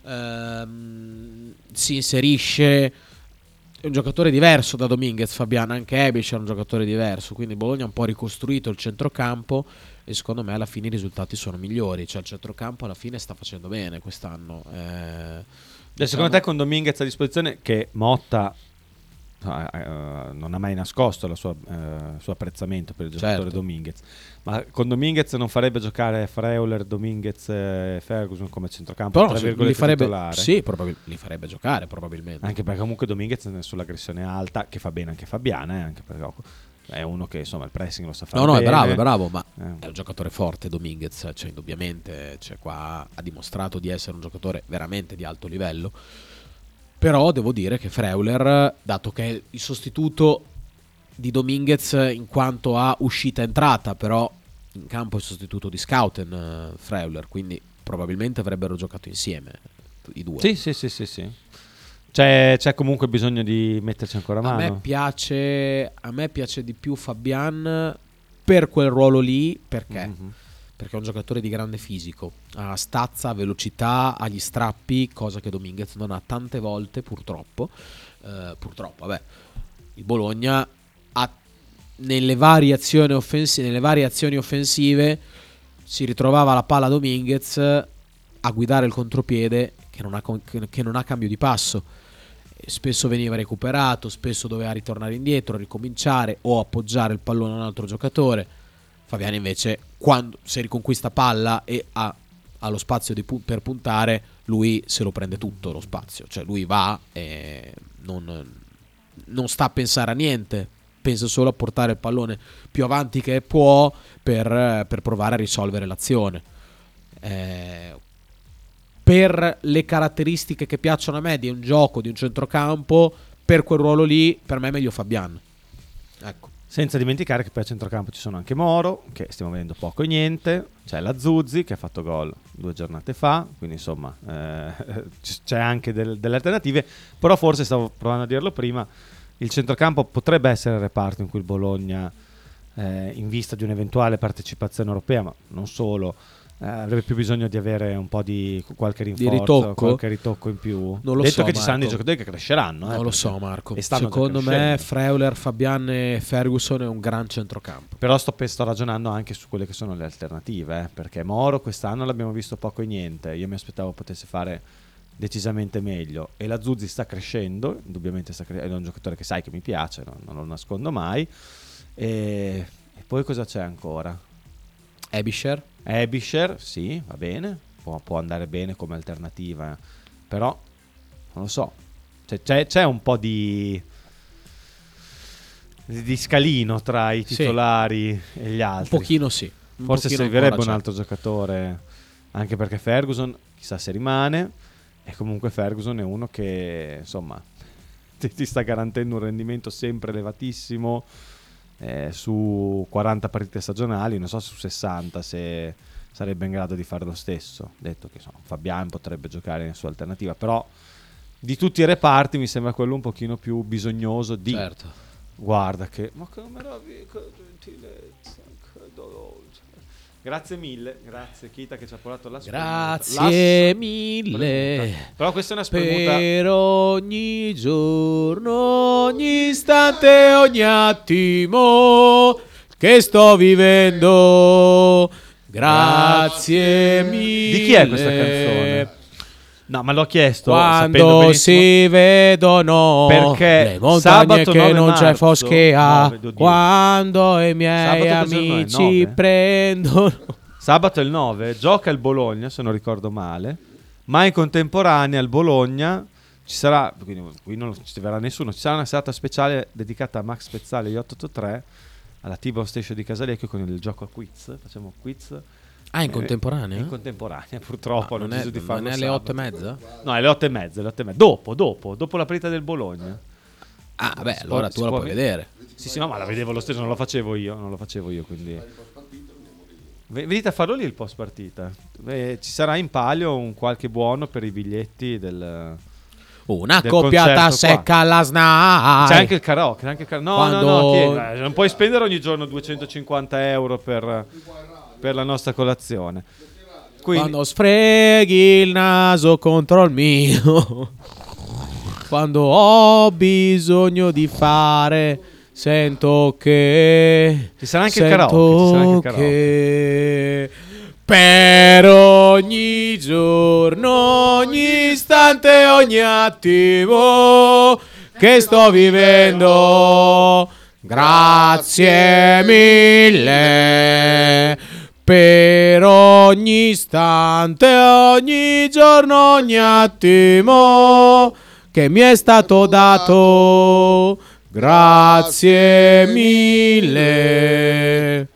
si inserisce. È un giocatore diverso da Dominguez, Fabian. Anche Ebic è un giocatore diverso, quindi Bologna ha un po' ricostruito il centrocampo e secondo me alla fine i risultati sono migliori, cioè il centrocampo alla fine sta facendo bene quest'anno. Secondo te con Dominguez a disposizione, che Motta non ha mai nascosto il suo apprezzamento per il giocatore Dominguez, ma con Dominguez non farebbe giocare Freuler, Dominguez e Ferguson come centrocampo? Però li farebbe giocare probabilmente, anche perché comunque Dominguez è sull'aggressione alta, che fa bene anche Fabian, anche perché è uno che insomma il pressing lo sa fare bene. È bravo, ma è un giocatore forte Dominguez, cioè indubbiamente, cioè, qua ha dimostrato di essere un giocatore veramente di alto livello. Però devo dire che Freuler, dato che è il sostituto di Dominguez in quanto a uscita-entrata, però in campo è il sostituto di Schouten, Freuler, quindi probabilmente avrebbero giocato insieme i due. Sì. C'è comunque bisogno di metterci ancora mano. A me piace di più Fabian per quel ruolo lì, perché? Perché è un giocatore di grande fisico, ha stazza, velocità, ha gli strappi, cosa che Dominguez non ha tante volte, purtroppo. Il Bologna ha nelle varie azioni offensive si ritrovava la palla Dominguez a guidare il contropiede che non ha cambio di passo. Spesso veniva recuperato, spesso doveva ritornare indietro, ricominciare o appoggiare il pallone a un altro giocatore. Fabian invece, quando si riconquista palla e ha lo spazio per puntare, lui se lo prende tutto lo spazio, cioè lui va e non sta a pensare a niente, pensa solo a portare il pallone più avanti che può per provare a risolvere l'azione. Per le caratteristiche che piacciono a me di un gioco, di un centrocampo, per quel ruolo lì, per me è meglio Fabian. Ecco. Senza dimenticare che poi a centrocampo ci sono anche Moro, che stiamo vedendo poco e niente, c'è la Zuzzi che ha fatto gol 2 giornate fa, quindi insomma c'è anche delle alternative, però forse, stavo provando a dirlo prima, il centrocampo potrebbe essere il reparto in cui il Bologna, in vista di un'eventuale partecipazione europea, ma non solo, avrebbe più bisogno di avere un po' di qualche rinforzo, qualche ritocco in più. Non lo detto so, che ci saranno dei Marco. giocatori che cresceranno. Non lo so, Marco. E stanno Secondo già me crescendo. Freuler, Fabian e Ferguson è un gran centrocampo. Però sto ragionando anche su quelle che sono le alternative, perché Moro quest'anno l'abbiamo visto poco e niente. Io mi aspettavo potesse fare decisamente meglio, e la Zuzzi sta crescendo, indubbiamente è un giocatore che sai che mi piace, non lo nascondo mai. E poi cosa c'è ancora? Ebischer, sì, va bene, può andare bene come alternativa, però non lo so, c'è un po' di scalino tra i titolari e gli altri. Un pochino sì. Forse servirebbe un altro giocatore, anche perché Ferguson chissà se rimane, e comunque Ferguson è uno che insomma ti sta garantendo un rendimento sempre elevatissimo, su 40 partite stagionali, non so su 60 se sarebbe in grado di fare lo stesso. Detto che insomma, Fabian potrebbe giocare in sua alternativa, però di tutti i reparti mi sembra quello un pochino più bisognoso di... Certo. Guarda che meraviglia, che gentilezza, che dolore. Grazie mille, grazie Kita che ci ha portato la spremuta. Grazie mille. Però questa è una spremuta per ogni giorno, ogni istante, ogni attimo che sto vivendo. Grazie mille. Di chi è questa canzone? No, ma l'ho chiesto quando si vedono perché le montagne che non c'è foschea, 9, quando i miei amici prendono. Sabato è il 9, gioca il Bologna se non ricordo male, ma in contemporanea al Bologna ci sarà, quindi qui non ci verrà nessuno, ci sarà una serata speciale dedicata a Max Pezzale 883 alla T-Bone Station di Casalecchio con il gioco a quiz. Facciamo quiz. In contemporanea? In contemporanea, purtroppo. Non ho deciso di farlo. Non è alle 8:30? No, è alle 8:30. Dopo la partita del Bologna. Beh, allora tu la puoi vedere. Sì, no, ma la vedevo lo stesso, non lo facevo io, quindi... Venite a farlo lì il post partita. Ci sarà in palio un qualche buono per i biglietti del... Una coppiata secca alla SNAI. C'è anche il karaoke. No, non puoi spendere ogni giorno 250 euro per la nostra colazione. Quindi... Quando sfreghi il naso contro il mio, quando ho bisogno di fare, sento che ci sarà anche il karaoke. Che per ogni giorno, ogni istante, ogni attimo che sto vivendo, grazie mille. Per ogni istante, ogni giorno, ogni attimo che mi è stato dato, grazie mille.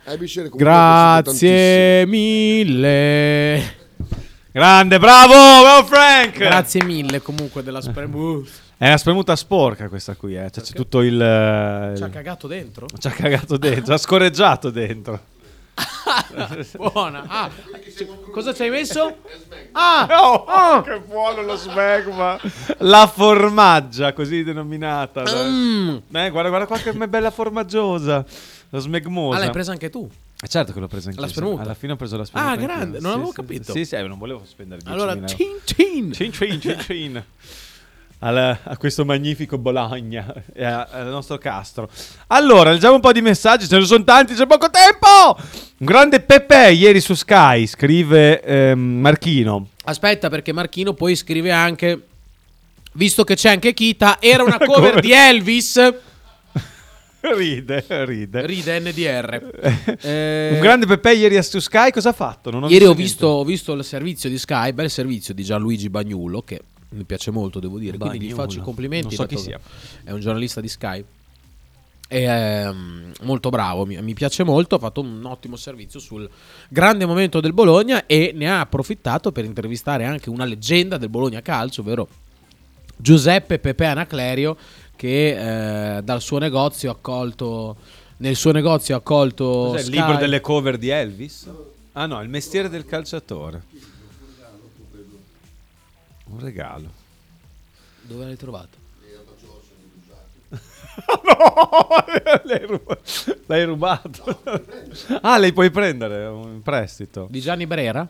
Grazie mille. Grande, bravo Frank. Grazie mille comunque della spremuta. È una spremuta sporca questa qui, C'è tutto il... Ci ha cagato dentro? Ha scorreggiato dentro. Buona. Cosa ci hai messo? Che buono lo smegma. La formaggia, così denominata. Guarda qua che bella formaggiosa. Lo smegmosa. L'hai presa anche tu? Certo che l'ho presa anche io. Alla fine ho preso la spremuta. Grande, non avevo capito. Sì, non volevo spendere 10 allora, cin. A questo magnifico Bologna e al nostro Castro. Allora, leggiamo un po' di messaggi, ce ne sono tanti, c'è poco tempo. Un grande Pepe ieri su Sky, scrive Marchino. Aspetta, perché Marchino poi scrive anche, visto che c'è anche Kita, era una cover di Elvis. Ride NDR. Un grande Pepe ieri su Sky, cosa ha fatto? Ieri ho visto il servizio di Sky, bel servizio di Gianluigi Bagnulo, che mi piace molto, devo dire. Quindi gli faccio i complimenti. Non so chi sia. È un giornalista di Sky. È molto bravo, mi piace molto. Ha fatto un ottimo servizio sul grande momento del Bologna e ne ha approfittato per intervistare anche una leggenda del Bologna Calcio, ovvero Giuseppe Pepe Anaclerio, che dal suo negozio ha accolto Nel suo negozio ha accolto Cos'è il libro delle cover di Elvis? Ah no, il mestiere del calciatore. Un regalo. Dove l'hai trovato? No, l'hai rubato. Ah, lei puoi prendere un prestito. Di Gianni Brera?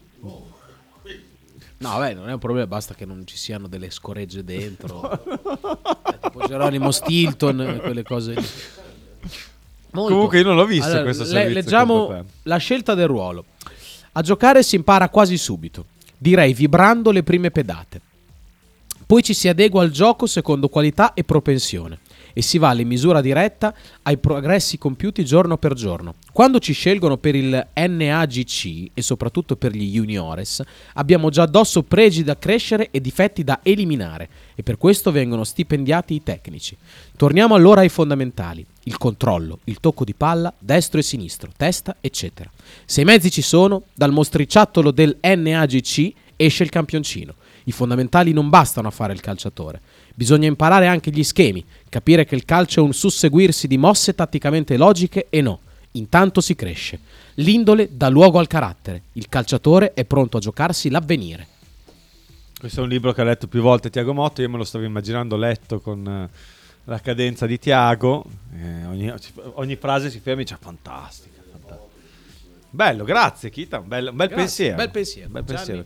No, vabbè, non è un problema, basta che non ci siano delle scoregge dentro. Tipo Geronimo Stilton, quelle cose lì. Comunque io non l'ho visto questo servizio. Leggiamo la scelta del ruolo. A giocare si impara quasi subito, direi vibrando le prime pedate. Poi ci si adegua al gioco secondo qualità e propensione e si va in misura diretta ai progressi compiuti giorno per giorno. Quando ci scelgono per il NAGC e soprattutto per gli juniores, abbiamo già addosso pregi da crescere e difetti da eliminare e per questo vengono stipendiati i tecnici. Torniamo allora ai fondamentali: il controllo, il tocco di palla, destro e sinistro, testa, eccetera. Se i mezzi ci sono, dal mostriciattolo del NAGC esce il campioncino. I fondamentali non bastano a fare il calciatore. Bisogna imparare anche gli schemi, capire che il calcio è un susseguirsi di mosse tatticamente logiche e no. Intanto si cresce. L'indole dà luogo al carattere. Il calciatore è pronto a giocarsi l'avvenire. Questo è un libro che ha letto più volte Tiago Motta. Io me lo stavo immaginando letto con la cadenza di Tiago. Ogni frase si ferma e dice fantastica. Bello, grazie Kita. Un bel pensiero. Bel pensiero. Bel pensiero.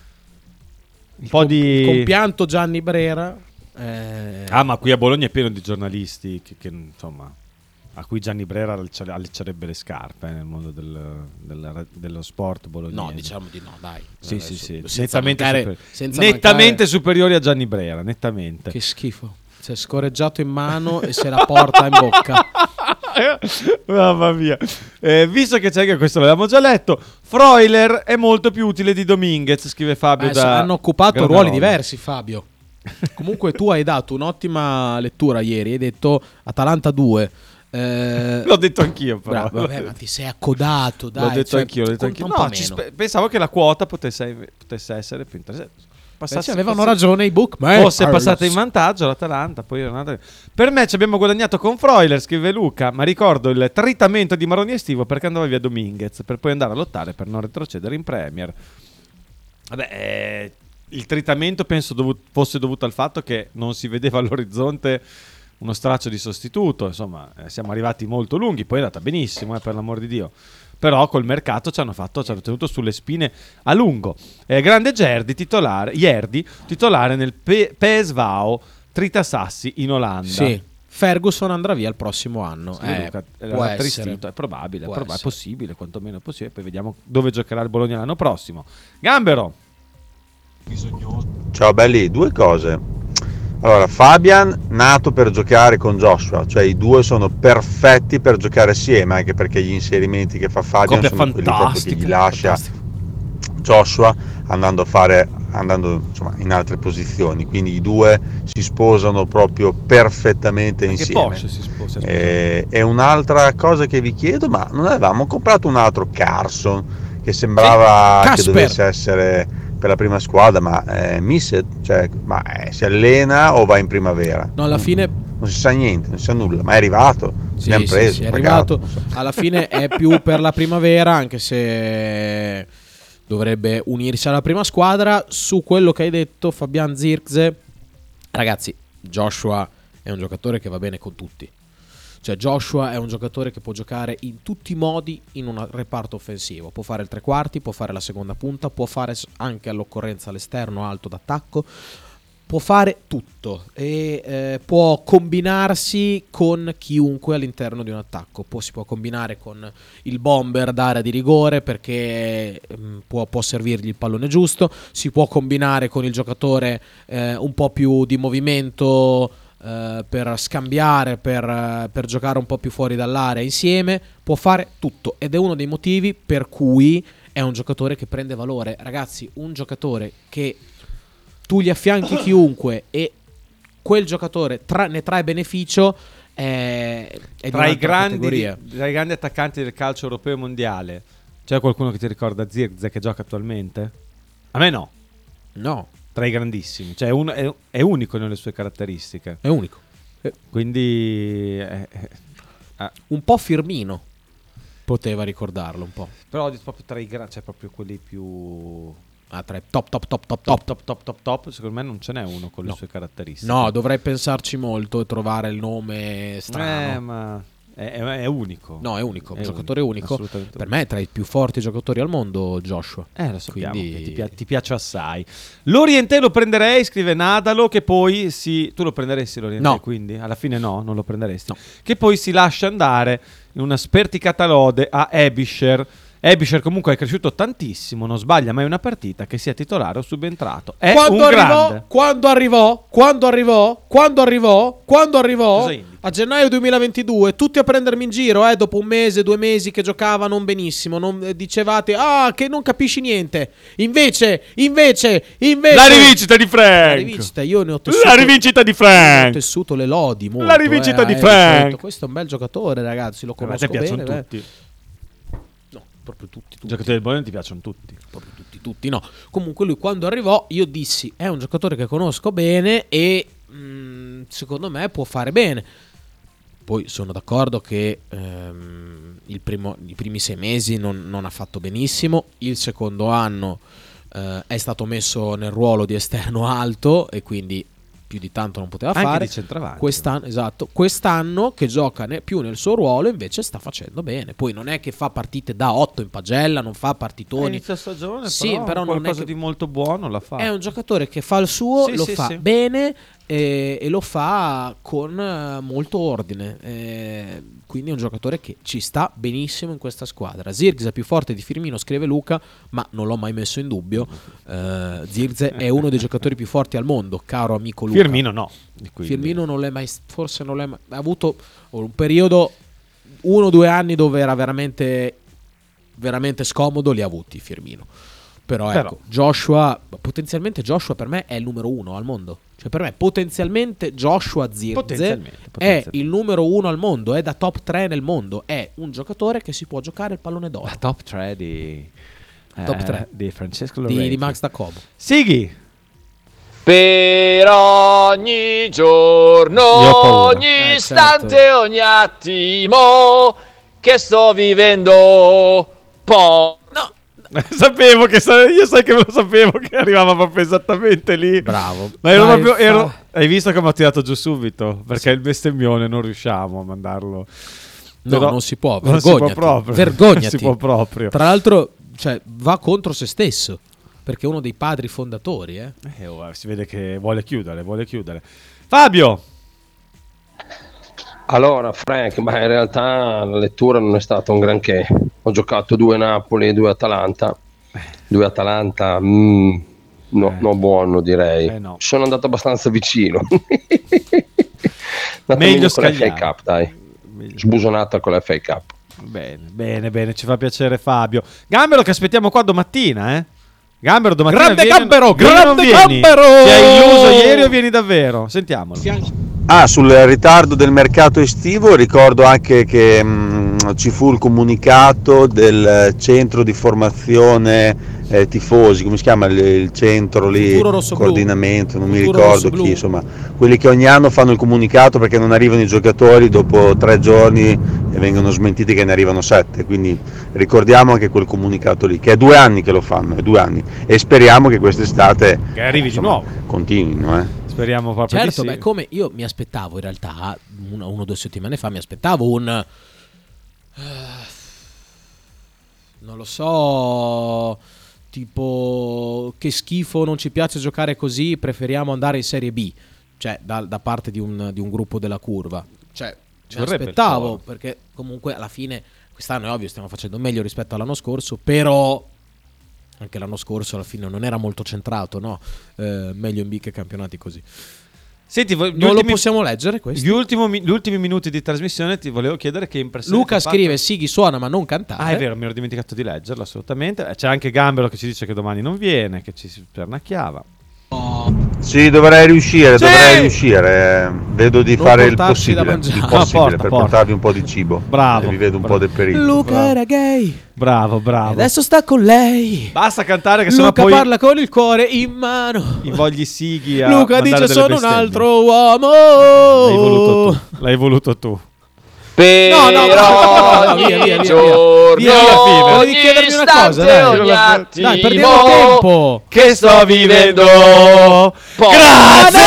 Un po' di compianto Gianni Brera. Ma qui a Bologna è pieno di giornalisti che insomma, a cui Gianni Brera allaccerebbe le scarpe nel mondo dello sport bolognese. No, diciamo di no, dai. Sì. Senza nettamente superiori a Gianni Brera, nettamente. Che schifo. Si è scorreggiato in mano e se la porta in bocca. Mamma mia. Visto che c'è che questo l'abbiamo già letto, Freuler è molto più utile di Dominguez, scrive Fabio. Hanno occupato ruoli diversi, Fabio. Comunque tu hai dato un'ottima lettura ieri, hai detto Atalanta 2. L'ho detto anch'io però. Bravo, vabbè, ma ti sei accodato, dai. L'ho detto anch'io. No, pensavo che la quota potesse essere più interessante. Avevano ragione i bookmakers. Fosse passata in vantaggio l'Atalanta. Per me ci abbiamo guadagnato con Freuler, scrive Luca, ma ricordo il tritamento di Maroni estivo perché andava via Dominguez per poi andare a lottare per non retrocedere in Premier. Vabbè, il tritamento penso fosse dovuto al fatto che non si vedeva all'orizzonte uno straccio di sostituto. Insomma, siamo arrivati molto lunghi. Poi è andata benissimo, per l'amor di Dio. Però col mercato ci hanno tenuto sulle spine a lungo. Grande Yerdi, titolare nel PSV Tritasassi in Olanda. Sì, Ferguson andrà via il prossimo anno. Può essere. È probabile, è possibile, quantomeno è possibile. Poi vediamo dove giocherà il Bologna l'anno prossimo. Gambero. Ciao belli, due cose. Allora, Fabian nato per giocare con Joshua, cioè i due sono perfetti per giocare assieme, anche perché gli inserimenti che fa Fabian sono quelli proprio che gli lascia Joshua andando insomma in altre posizioni, quindi i due si sposano proprio perfettamente insieme. E un'altra cosa che vi chiedo, ma non avevamo comprato un altro Carson che sembrava che dovesse essere per la prima squadra, ma si allena o va in primavera? No, alla fine non si sa niente, non si sa nulla, ma è arrivato, l'abbiamo preso, è arrivato. Alla fine è più per la primavera, anche se dovrebbe unirsi alla prima squadra. Su quello che hai detto, Fabian Zirkzee, ragazzi, Joshua è un giocatore che va bene con tutti. Cioè Joshua è un giocatore che può giocare in tutti i modi in un reparto offensivo. Può fare il tre quarti, può fare la seconda punta, può fare anche all'occorrenza l'esterno alto d'attacco. Può fare tutto e può combinarsi con chiunque all'interno di un attacco. Si può combinare con il bomber d'area di rigore perché può servirgli il pallone giusto. Si può combinare con il giocatore un po' più di movimento per scambiare, per giocare un po' più fuori dall'area insieme. Può fare tutto ed è uno dei motivi per cui è un giocatore che prende valore. Ragazzi, un giocatore che tu gli affianchi chiunque e quel giocatore ne trae beneficio è tra i grandi attaccanti del calcio europeo e mondiale. C'è qualcuno che ti ricorda Zirkzee che gioca attualmente? A me no. Tra i grandissimi, cioè è unico nelle sue caratteristiche. È unico. Quindi Un po' Firmino poteva ricordarlo un po'. Però proprio tra i grandi, cioè proprio quelli più tra i top, secondo me non ce n'è uno con le sue caratteristiche. No, dovrei pensarci molto e trovare il nome strano. Ma è unico. No, è unico, un giocatore unico. Per me è tra i più forti giocatori al mondo, Joshua. Lo sappiamo, che ti piace assai. Lorientè lo prenderei, scrive Nadalo, che poi tu lo prenderesti Lorientè? No. Quindi alla fine non lo prenderesti. No. Che poi si lascia andare in una sperticata lode a Ebischer. Ebischer comunque è cresciuto tantissimo, non sbaglia mai una partita, che sia titolare o subentrato. È grande. Quando arrivò a gennaio 2022, tutti a prendermi in giro, dopo un mese, 2 mesi che giocava non benissimo, dicevate che non capisci niente. Invece la rivincita di Frank. Io ne ho tessuto le lodi molto. La rivincita di Frank. Questo è un bel giocatore, ragazzi, lo conosco bene. Piacciono tutti. Proprio tutti. I giocatori del Bologna ti piacciono tutti? Proprio tutti, no. Comunque lui quando arrivò io dissi è un giocatore che conosco bene e secondo me può fare bene. Poi sono d'accordo che i primi 6 mesi non ha fatto benissimo. Il secondo anno è stato messo nel ruolo di esterno alto e quindi più di tanto non poteva fare. Di centravanti. Quest'anno che gioca più nel suo ruolo invece sta facendo bene. Poi non è che fa partite da 8 in pagella, non fa partitoni. Inizio stagione, sì, però qualcosa non è di molto buono la fa. È un giocatore che fa il suo, fa bene e lo fa con molto ordine. Quindi è un giocatore che ci sta benissimo in questa squadra. Zirkzee è più forte di Firmino, scrive Luca, ma non l'ho mai messo in dubbio. Zirkzee è uno dei giocatori più forti al mondo, caro amico Luca. Firmino no. Firmino non l'è mai, forse non l'è mai, ha avuto un periodo 1 o 2 anni dove era veramente scomodo, li ha avuti Firmino. Però ecco, potenzialmente Joshua per me è il numero 1 al mondo. Cioè per me potenzialmente Joshua Zirkzee è il numero 1 al mondo, è da top 3 nel mondo, è un giocatore che si può giocare il pallone d'oro. La top 3 di Francesco Lorenzi, di Max Dacomo. Sighi. Per ogni giorno, ogni istante, certo. Ogni attimo che sto vivendo, sapevo che io sai che me lo sapevo che arrivava proprio esattamente lì. Bravo. Ma hai visto come ho tirato giù subito? Perché il bestemmione non riusciamo a mandarlo. No, non si può, vergognati. Non si può proprio. Tra l'altro, va contro se stesso, perché è uno dei padri fondatori, si vede che vuole chiudere. Fabio. Allora Frank, ma in realtà la lettura non è stata un granché. Ho giocato 2 Napoli e 2 Atalanta. 2 Atalanta, non buono direi. No. Sono andato abbastanza vicino. Meglio con la FA Cup, dai. Sbusonata con la FA Cup. Bene, ci fa piacere Fabio. Gambero che aspettiamo qua domattina, Gambero domattina. Grande Gambero! Ti hai illuso ieri o vieni davvero? Sentiamolo. Sul ritardo del mercato estivo ricordo anche che ci fu il comunicato del centro di formazione tifosi, come si chiama il centro lì, coordinamento, non mi ricordo chi, insomma, quelli che ogni anno fanno il comunicato perché non arrivano i giocatori dopo 3 giorni e vengono smentiti che ne arrivano 7, quindi ricordiamo anche quel comunicato lì, che è 2 anni che lo fanno, è 2 anni, e speriamo che quest'estate che arrivi di nuovo, continuino, Speriamo proprio certo, di sì. Come io mi aspettavo in realtà 1 o 2 settimane fa mi aspettavo un non lo so, tipo che schifo, non ci piace giocare così, preferiamo andare in Serie B, cioè da parte di un gruppo della curva, cioè mi aspettavo, perché comunque alla fine quest'anno è ovvio stiamo facendo meglio rispetto all'anno scorso, però anche l'anno scorso alla fine non era molto centrato, no? Meglio in B che campionati così. Senti, non lo possiamo leggere questo? Gli ultimi minuti di trasmissione ti volevo chiedere che impressione. Luca scrive: Sighi suona ma non cantare. È vero, mi ero dimenticato di leggerlo assolutamente. C'è anche Gambero che ci dice che domani non viene, che ci si pernacchiava. Sì, dovrei riuscire. Vedo di fare il possibile per portarvi un po' di cibo. Bravo. Vi vedo un po' deperito. Luca era gay. Bravo. E adesso sta con lei. Basta cantare che Luca sennò poi parla con il cuore in mano. Invogli Sighi a Luca dice sono un altro uomo. L'hai voluto tu. Per ogni giorno, ogni istante, ogni attimo, dai, perdiamo tempo, che sto vivendo. Grazie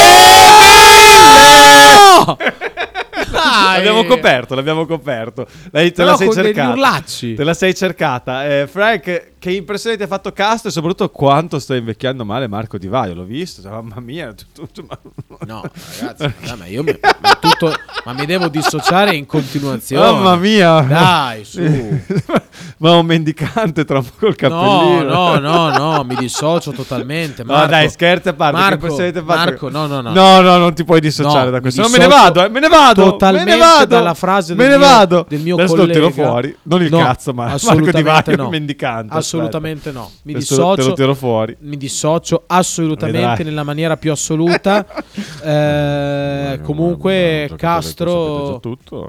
mille! L'abbiamo coperto. Te la sei cercata. Te la sei cercata. Frank, che impressione ti ha fatto Castro e soprattutto quanto sta invecchiando male Marco Di Vaio? L'ho visto, mamma mia. No, ragazzi, ma mi devo dissociare in continuazione. Mamma mia. Dai, su. Ma un mendicante tra un po' col cappellino. No, mi dissocio totalmente. Marco, no, dai, scherzi a parte. Marco, no. No, non ti puoi dissociare da questo. No, me ne vado. Totalmente dalla frase del mio adesso collega. Lo tiro fuori. Non il cazzo, ma Marco Di Vaio è un mendicante. Assolutamente no. Mi Te dissocio. lo tiro fuori. Mi dissocio assolutamente nella maniera più assoluta. Comunque Castro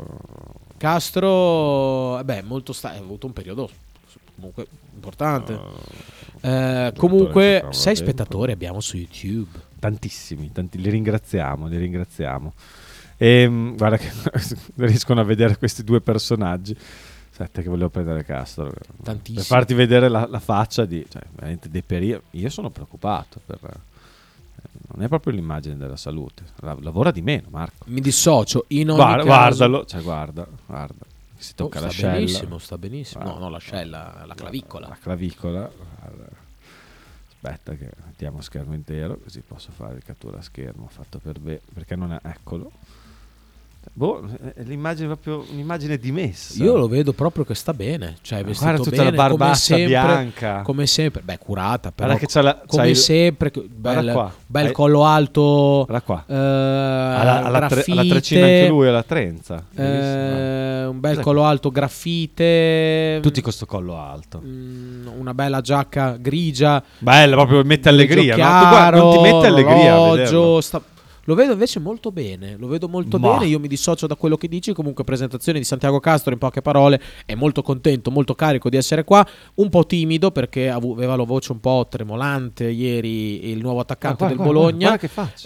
molto ha avuto un periodo comunque importante. Comunque 6 spettatori abbiamo su YouTube. Tantissimi, li ringraziamo. E guarda che riescono a vedere questi due personaggi. Aspetta che volevo prendere Castro tantissimo per farti vedere la faccia di veramente deperire. Io sono preoccupato non è proprio l'immagine della salute. Lavora di meno, Marco. Mi dissocio in ogni caso. Guardalo, guarda. Si tocca l'ascella. Sta benissimo. No, l'ascella, la clavicola. La clavicola. Aspetta che mettiamo schermo intero così posso fare il cattura schermo fatto perché non è, eccolo. L'immagine proprio un'immagine dimessa. Io lo vedo proprio che sta bene, cioè vestito guarda tutta bene, la barbassa bianca, come sempre, curata, però che come sempre, bel collo alto, qua. Alla trecina anche lui, alla trenza, un bel collo alto, graffite, tutti con sto collo alto, una bella giacca grigia, bella, proprio mette allegria, chiaro, no? Non ti mette allegria a vederlo. Lo vedo invece molto bene, bene, io mi dissocio da quello che dici. Comunque presentazione di Santiago Castro, in poche parole, è molto contento, molto carico di essere qua, un po' timido perché aveva la voce un po' tremolante ieri il nuovo attaccante del Bologna. Guarda che faccia.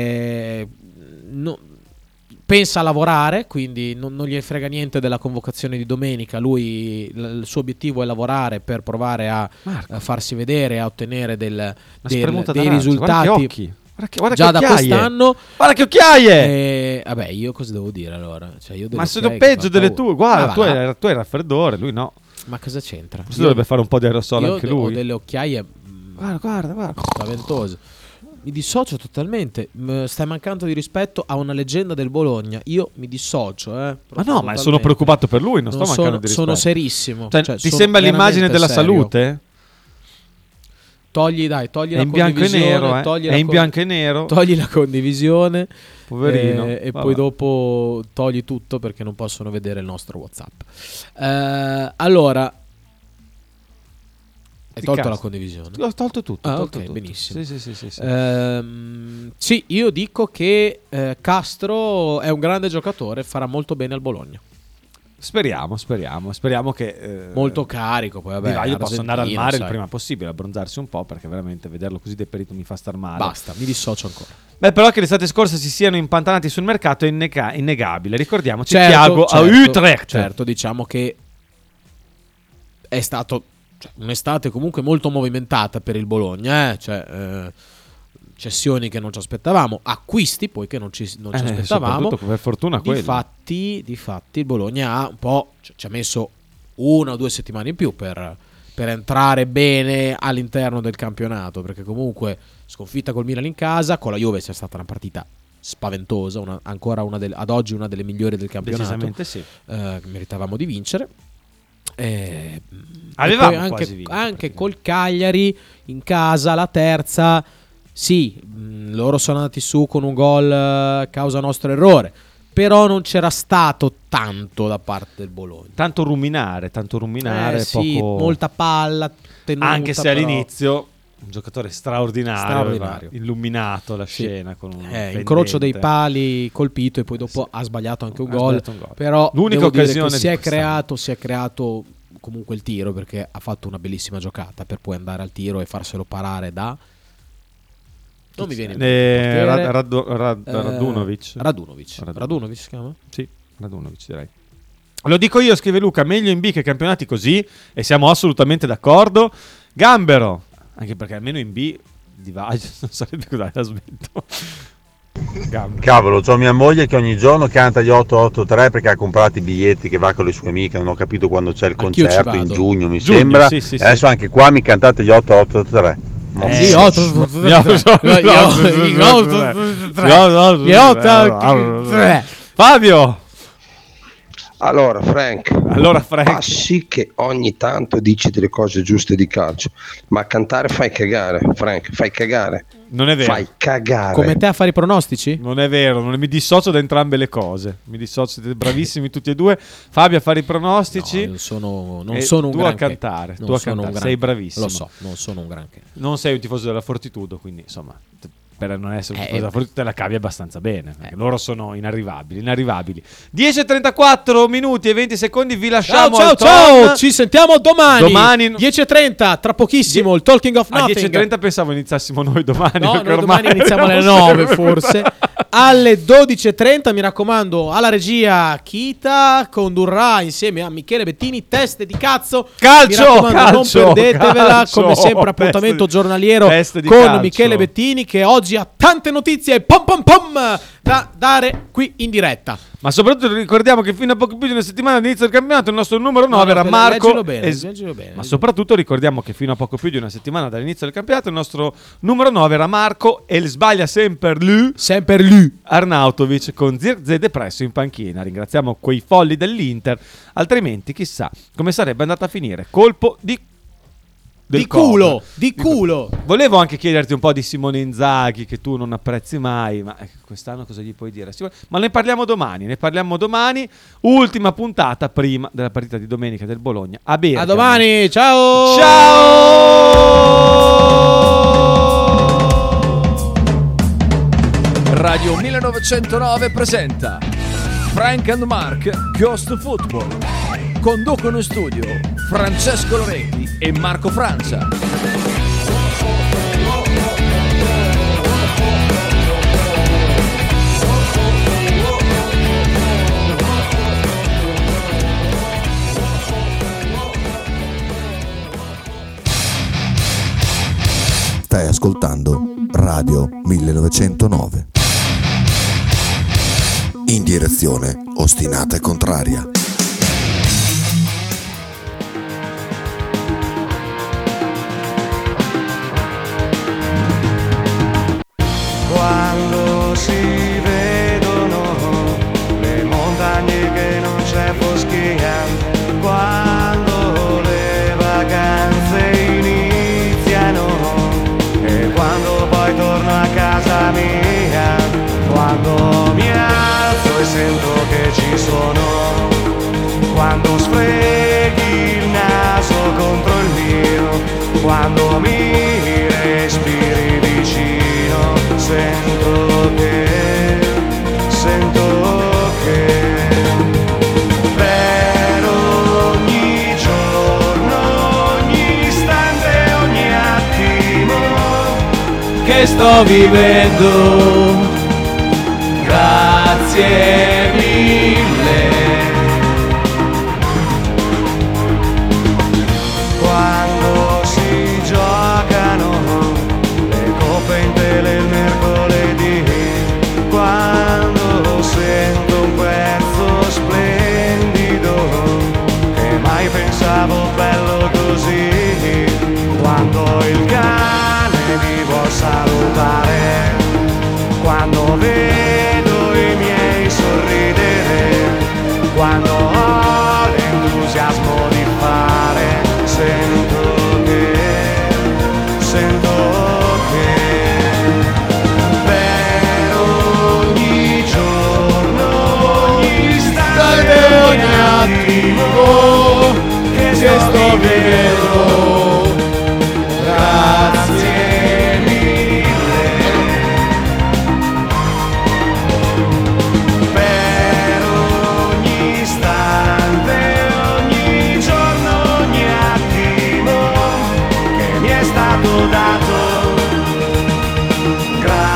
Pensa a lavorare, quindi non gli frega niente della convocazione di domenica. Lui, il suo obiettivo è lavorare per provare a farsi vedere, a ottenere dei risultati. Guarda già da quest'anno. Guarda che occhiaie! Vabbè, io cosa devo dire allora? Ma sono peggio delle tue. Guarda, tu hai il raffreddore, lui no. Ma cosa c'entra? Dovrebbe fare un po' di aerosol anche lui. Ho delle occhiaie guarda spaventose. Mi dissocio totalmente. Stai mancando di rispetto a una leggenda del Bologna. Io mi dissocio. Ma no, ma sono preoccupato per lui. Non sto mancando di rispetto. Sono serissimo. Ti sembra l'immagine della salute? Togli la condivisione, bianco e nero, è in bianco e nero. Togli la condivisione, poverino, e poi dopo togli tutto perché non possono vedere il nostro WhatsApp. Allora, hai tolto la condivisione? Ho tolto tutto. Ok, benissimo. Sì. Sì, io dico che Castro è un grande giocatore, farà molto bene al Bologna. Speriamo che molto carico, poi vabbè, io posso andare al mare il prima possibile, abbronzarsi un po', perché veramente vederlo così deperito mi fa star male. Basta, mi dissocio ancora. Però che l'estate scorsa si siano impantanati sul mercato è innegabile. Ricordiamoci, Thiago a Utrecht. Certo, diciamo che è stato un'estate comunque molto movimentata per il Bologna, cessioni che non ci aspettavamo, acquisti poi che non ci aspettavamo. Per fortuna difatti il Bologna ha un po' ci ha messo 1 o 2 settimane in più per entrare bene all'interno del campionato, perché comunque sconfitta col Milan in casa, con la Juve sia stata una partita spaventosa, ad oggi una delle migliori del campionato. Decisamente sì. Meritavamo di vincere. Avevamo anche col Cagliari in casa, la terza. Sì, loro sono andati su con un gol causa nostro errore, però non c'era stato tanto da parte del Bologna. Tanto ruminare, sì, poco... molta palla tenuta, anche se all'inizio un giocatore straordinario. Illuminato la scena con un incrocio dei pali colpito e poi dopo ha sbagliato anche un gol. Però l'unica occasione che si è creato comunque il tiro, perché ha fatto una bellissima giocata per poi andare al tiro e farselo parare da... Non mi viene Radunovic. Radunovic si chiama? Sì, Radunovic direi. Lo dico io, scrive Luca, meglio in B che campionati così, e siamo assolutamente d'accordo. Gambero, anche perché almeno in B di Vagio non sarebbe cosa, la smetto. Cavolo, c'ho mia moglie che ogni giorno canta gli 883 perché ha comprato i biglietti che va con le sue amiche, non ho capito quando c'è il concerto, in giugno mi sembra, sì. Adesso anche qua mi cantate gli 883. Fabio. Allora Frank, passi che ogni tanto dici delle cose giuste di calcio, ma a cantare fai cagare, Frank, fai cagare. Non è vero. Fai cagare. Come te a fare i pronostici? Non è vero, mi dissocio da entrambe le cose. Mi dissocio, siete bravissimi tutti e due. Fabio a fare i pronostici. No, non sono un tu granché. A cantare. Non tu a sono cantare. Un sei bravissimo. Lo so, non sono un granché. Non sei un tifoso della Fortitudo, quindi insomma, per non essere un tifoso della Fortitudo te la cavi abbastanza bene. Loro sono inarrivabili. 10:34 minuti e 20 secondi. Vi lasciamo. Ciao. Ci sentiamo domani. 10:30, tra pochissimo. Il Talking of Nothing. A 10:30 pensavo iniziassimo noi domani. No, noi domani iniziamo alle 9 forse. Alle 12:30, mi raccomando, alla regia Kita condurrà insieme a Michele Bettini Teste di cazzo. Calcio, non perdetevela. Come sempre appuntamento giornaliero con Michele Bettini, che oggi ha tante notizie pom da dare qui in diretta. Ma soprattutto ricordiamo che fino a poco più di una settimana all'inizio del campionato il nostro numero 9 era Marco. Leggilo bene. Ma soprattutto ricordiamo che fino a poco più di una settimana dall'inizio del campionato il nostro numero 9 era Marco, e sbaglia sempre lui Arnautovic, con Zirkzee depresso in panchina. Ringraziamo quei folli dell'Inter, altrimenti chissà come sarebbe andata a finire. Colpo di culo. Volevo anche chiederti un po' di Simone Inzaghi, che tu non apprezzi mai, ma quest'anno cosa gli puoi dire? Ma ne parliamo domani. Ultima puntata prima della partita di domenica del Bologna a Bergamo. A domani, ciao. Radio 1909 presenta Frank and Mark Ghost Football. Conducono in studio Francesco Loretti e Marco Francia. Stai ascoltando Radio 1909. In direzione ostinata e contraria. Quando si vedono le montagne che non c'è foschia, quando le vacanze iniziano e quando poi torno a casa mia, quando mi alzo e sento che ci sono, quando sfreghi il naso contro il mio, quando mi respiri vicino, sento che per ogni giorno, ogni istante, ogni attimo che sto vivendo, grazie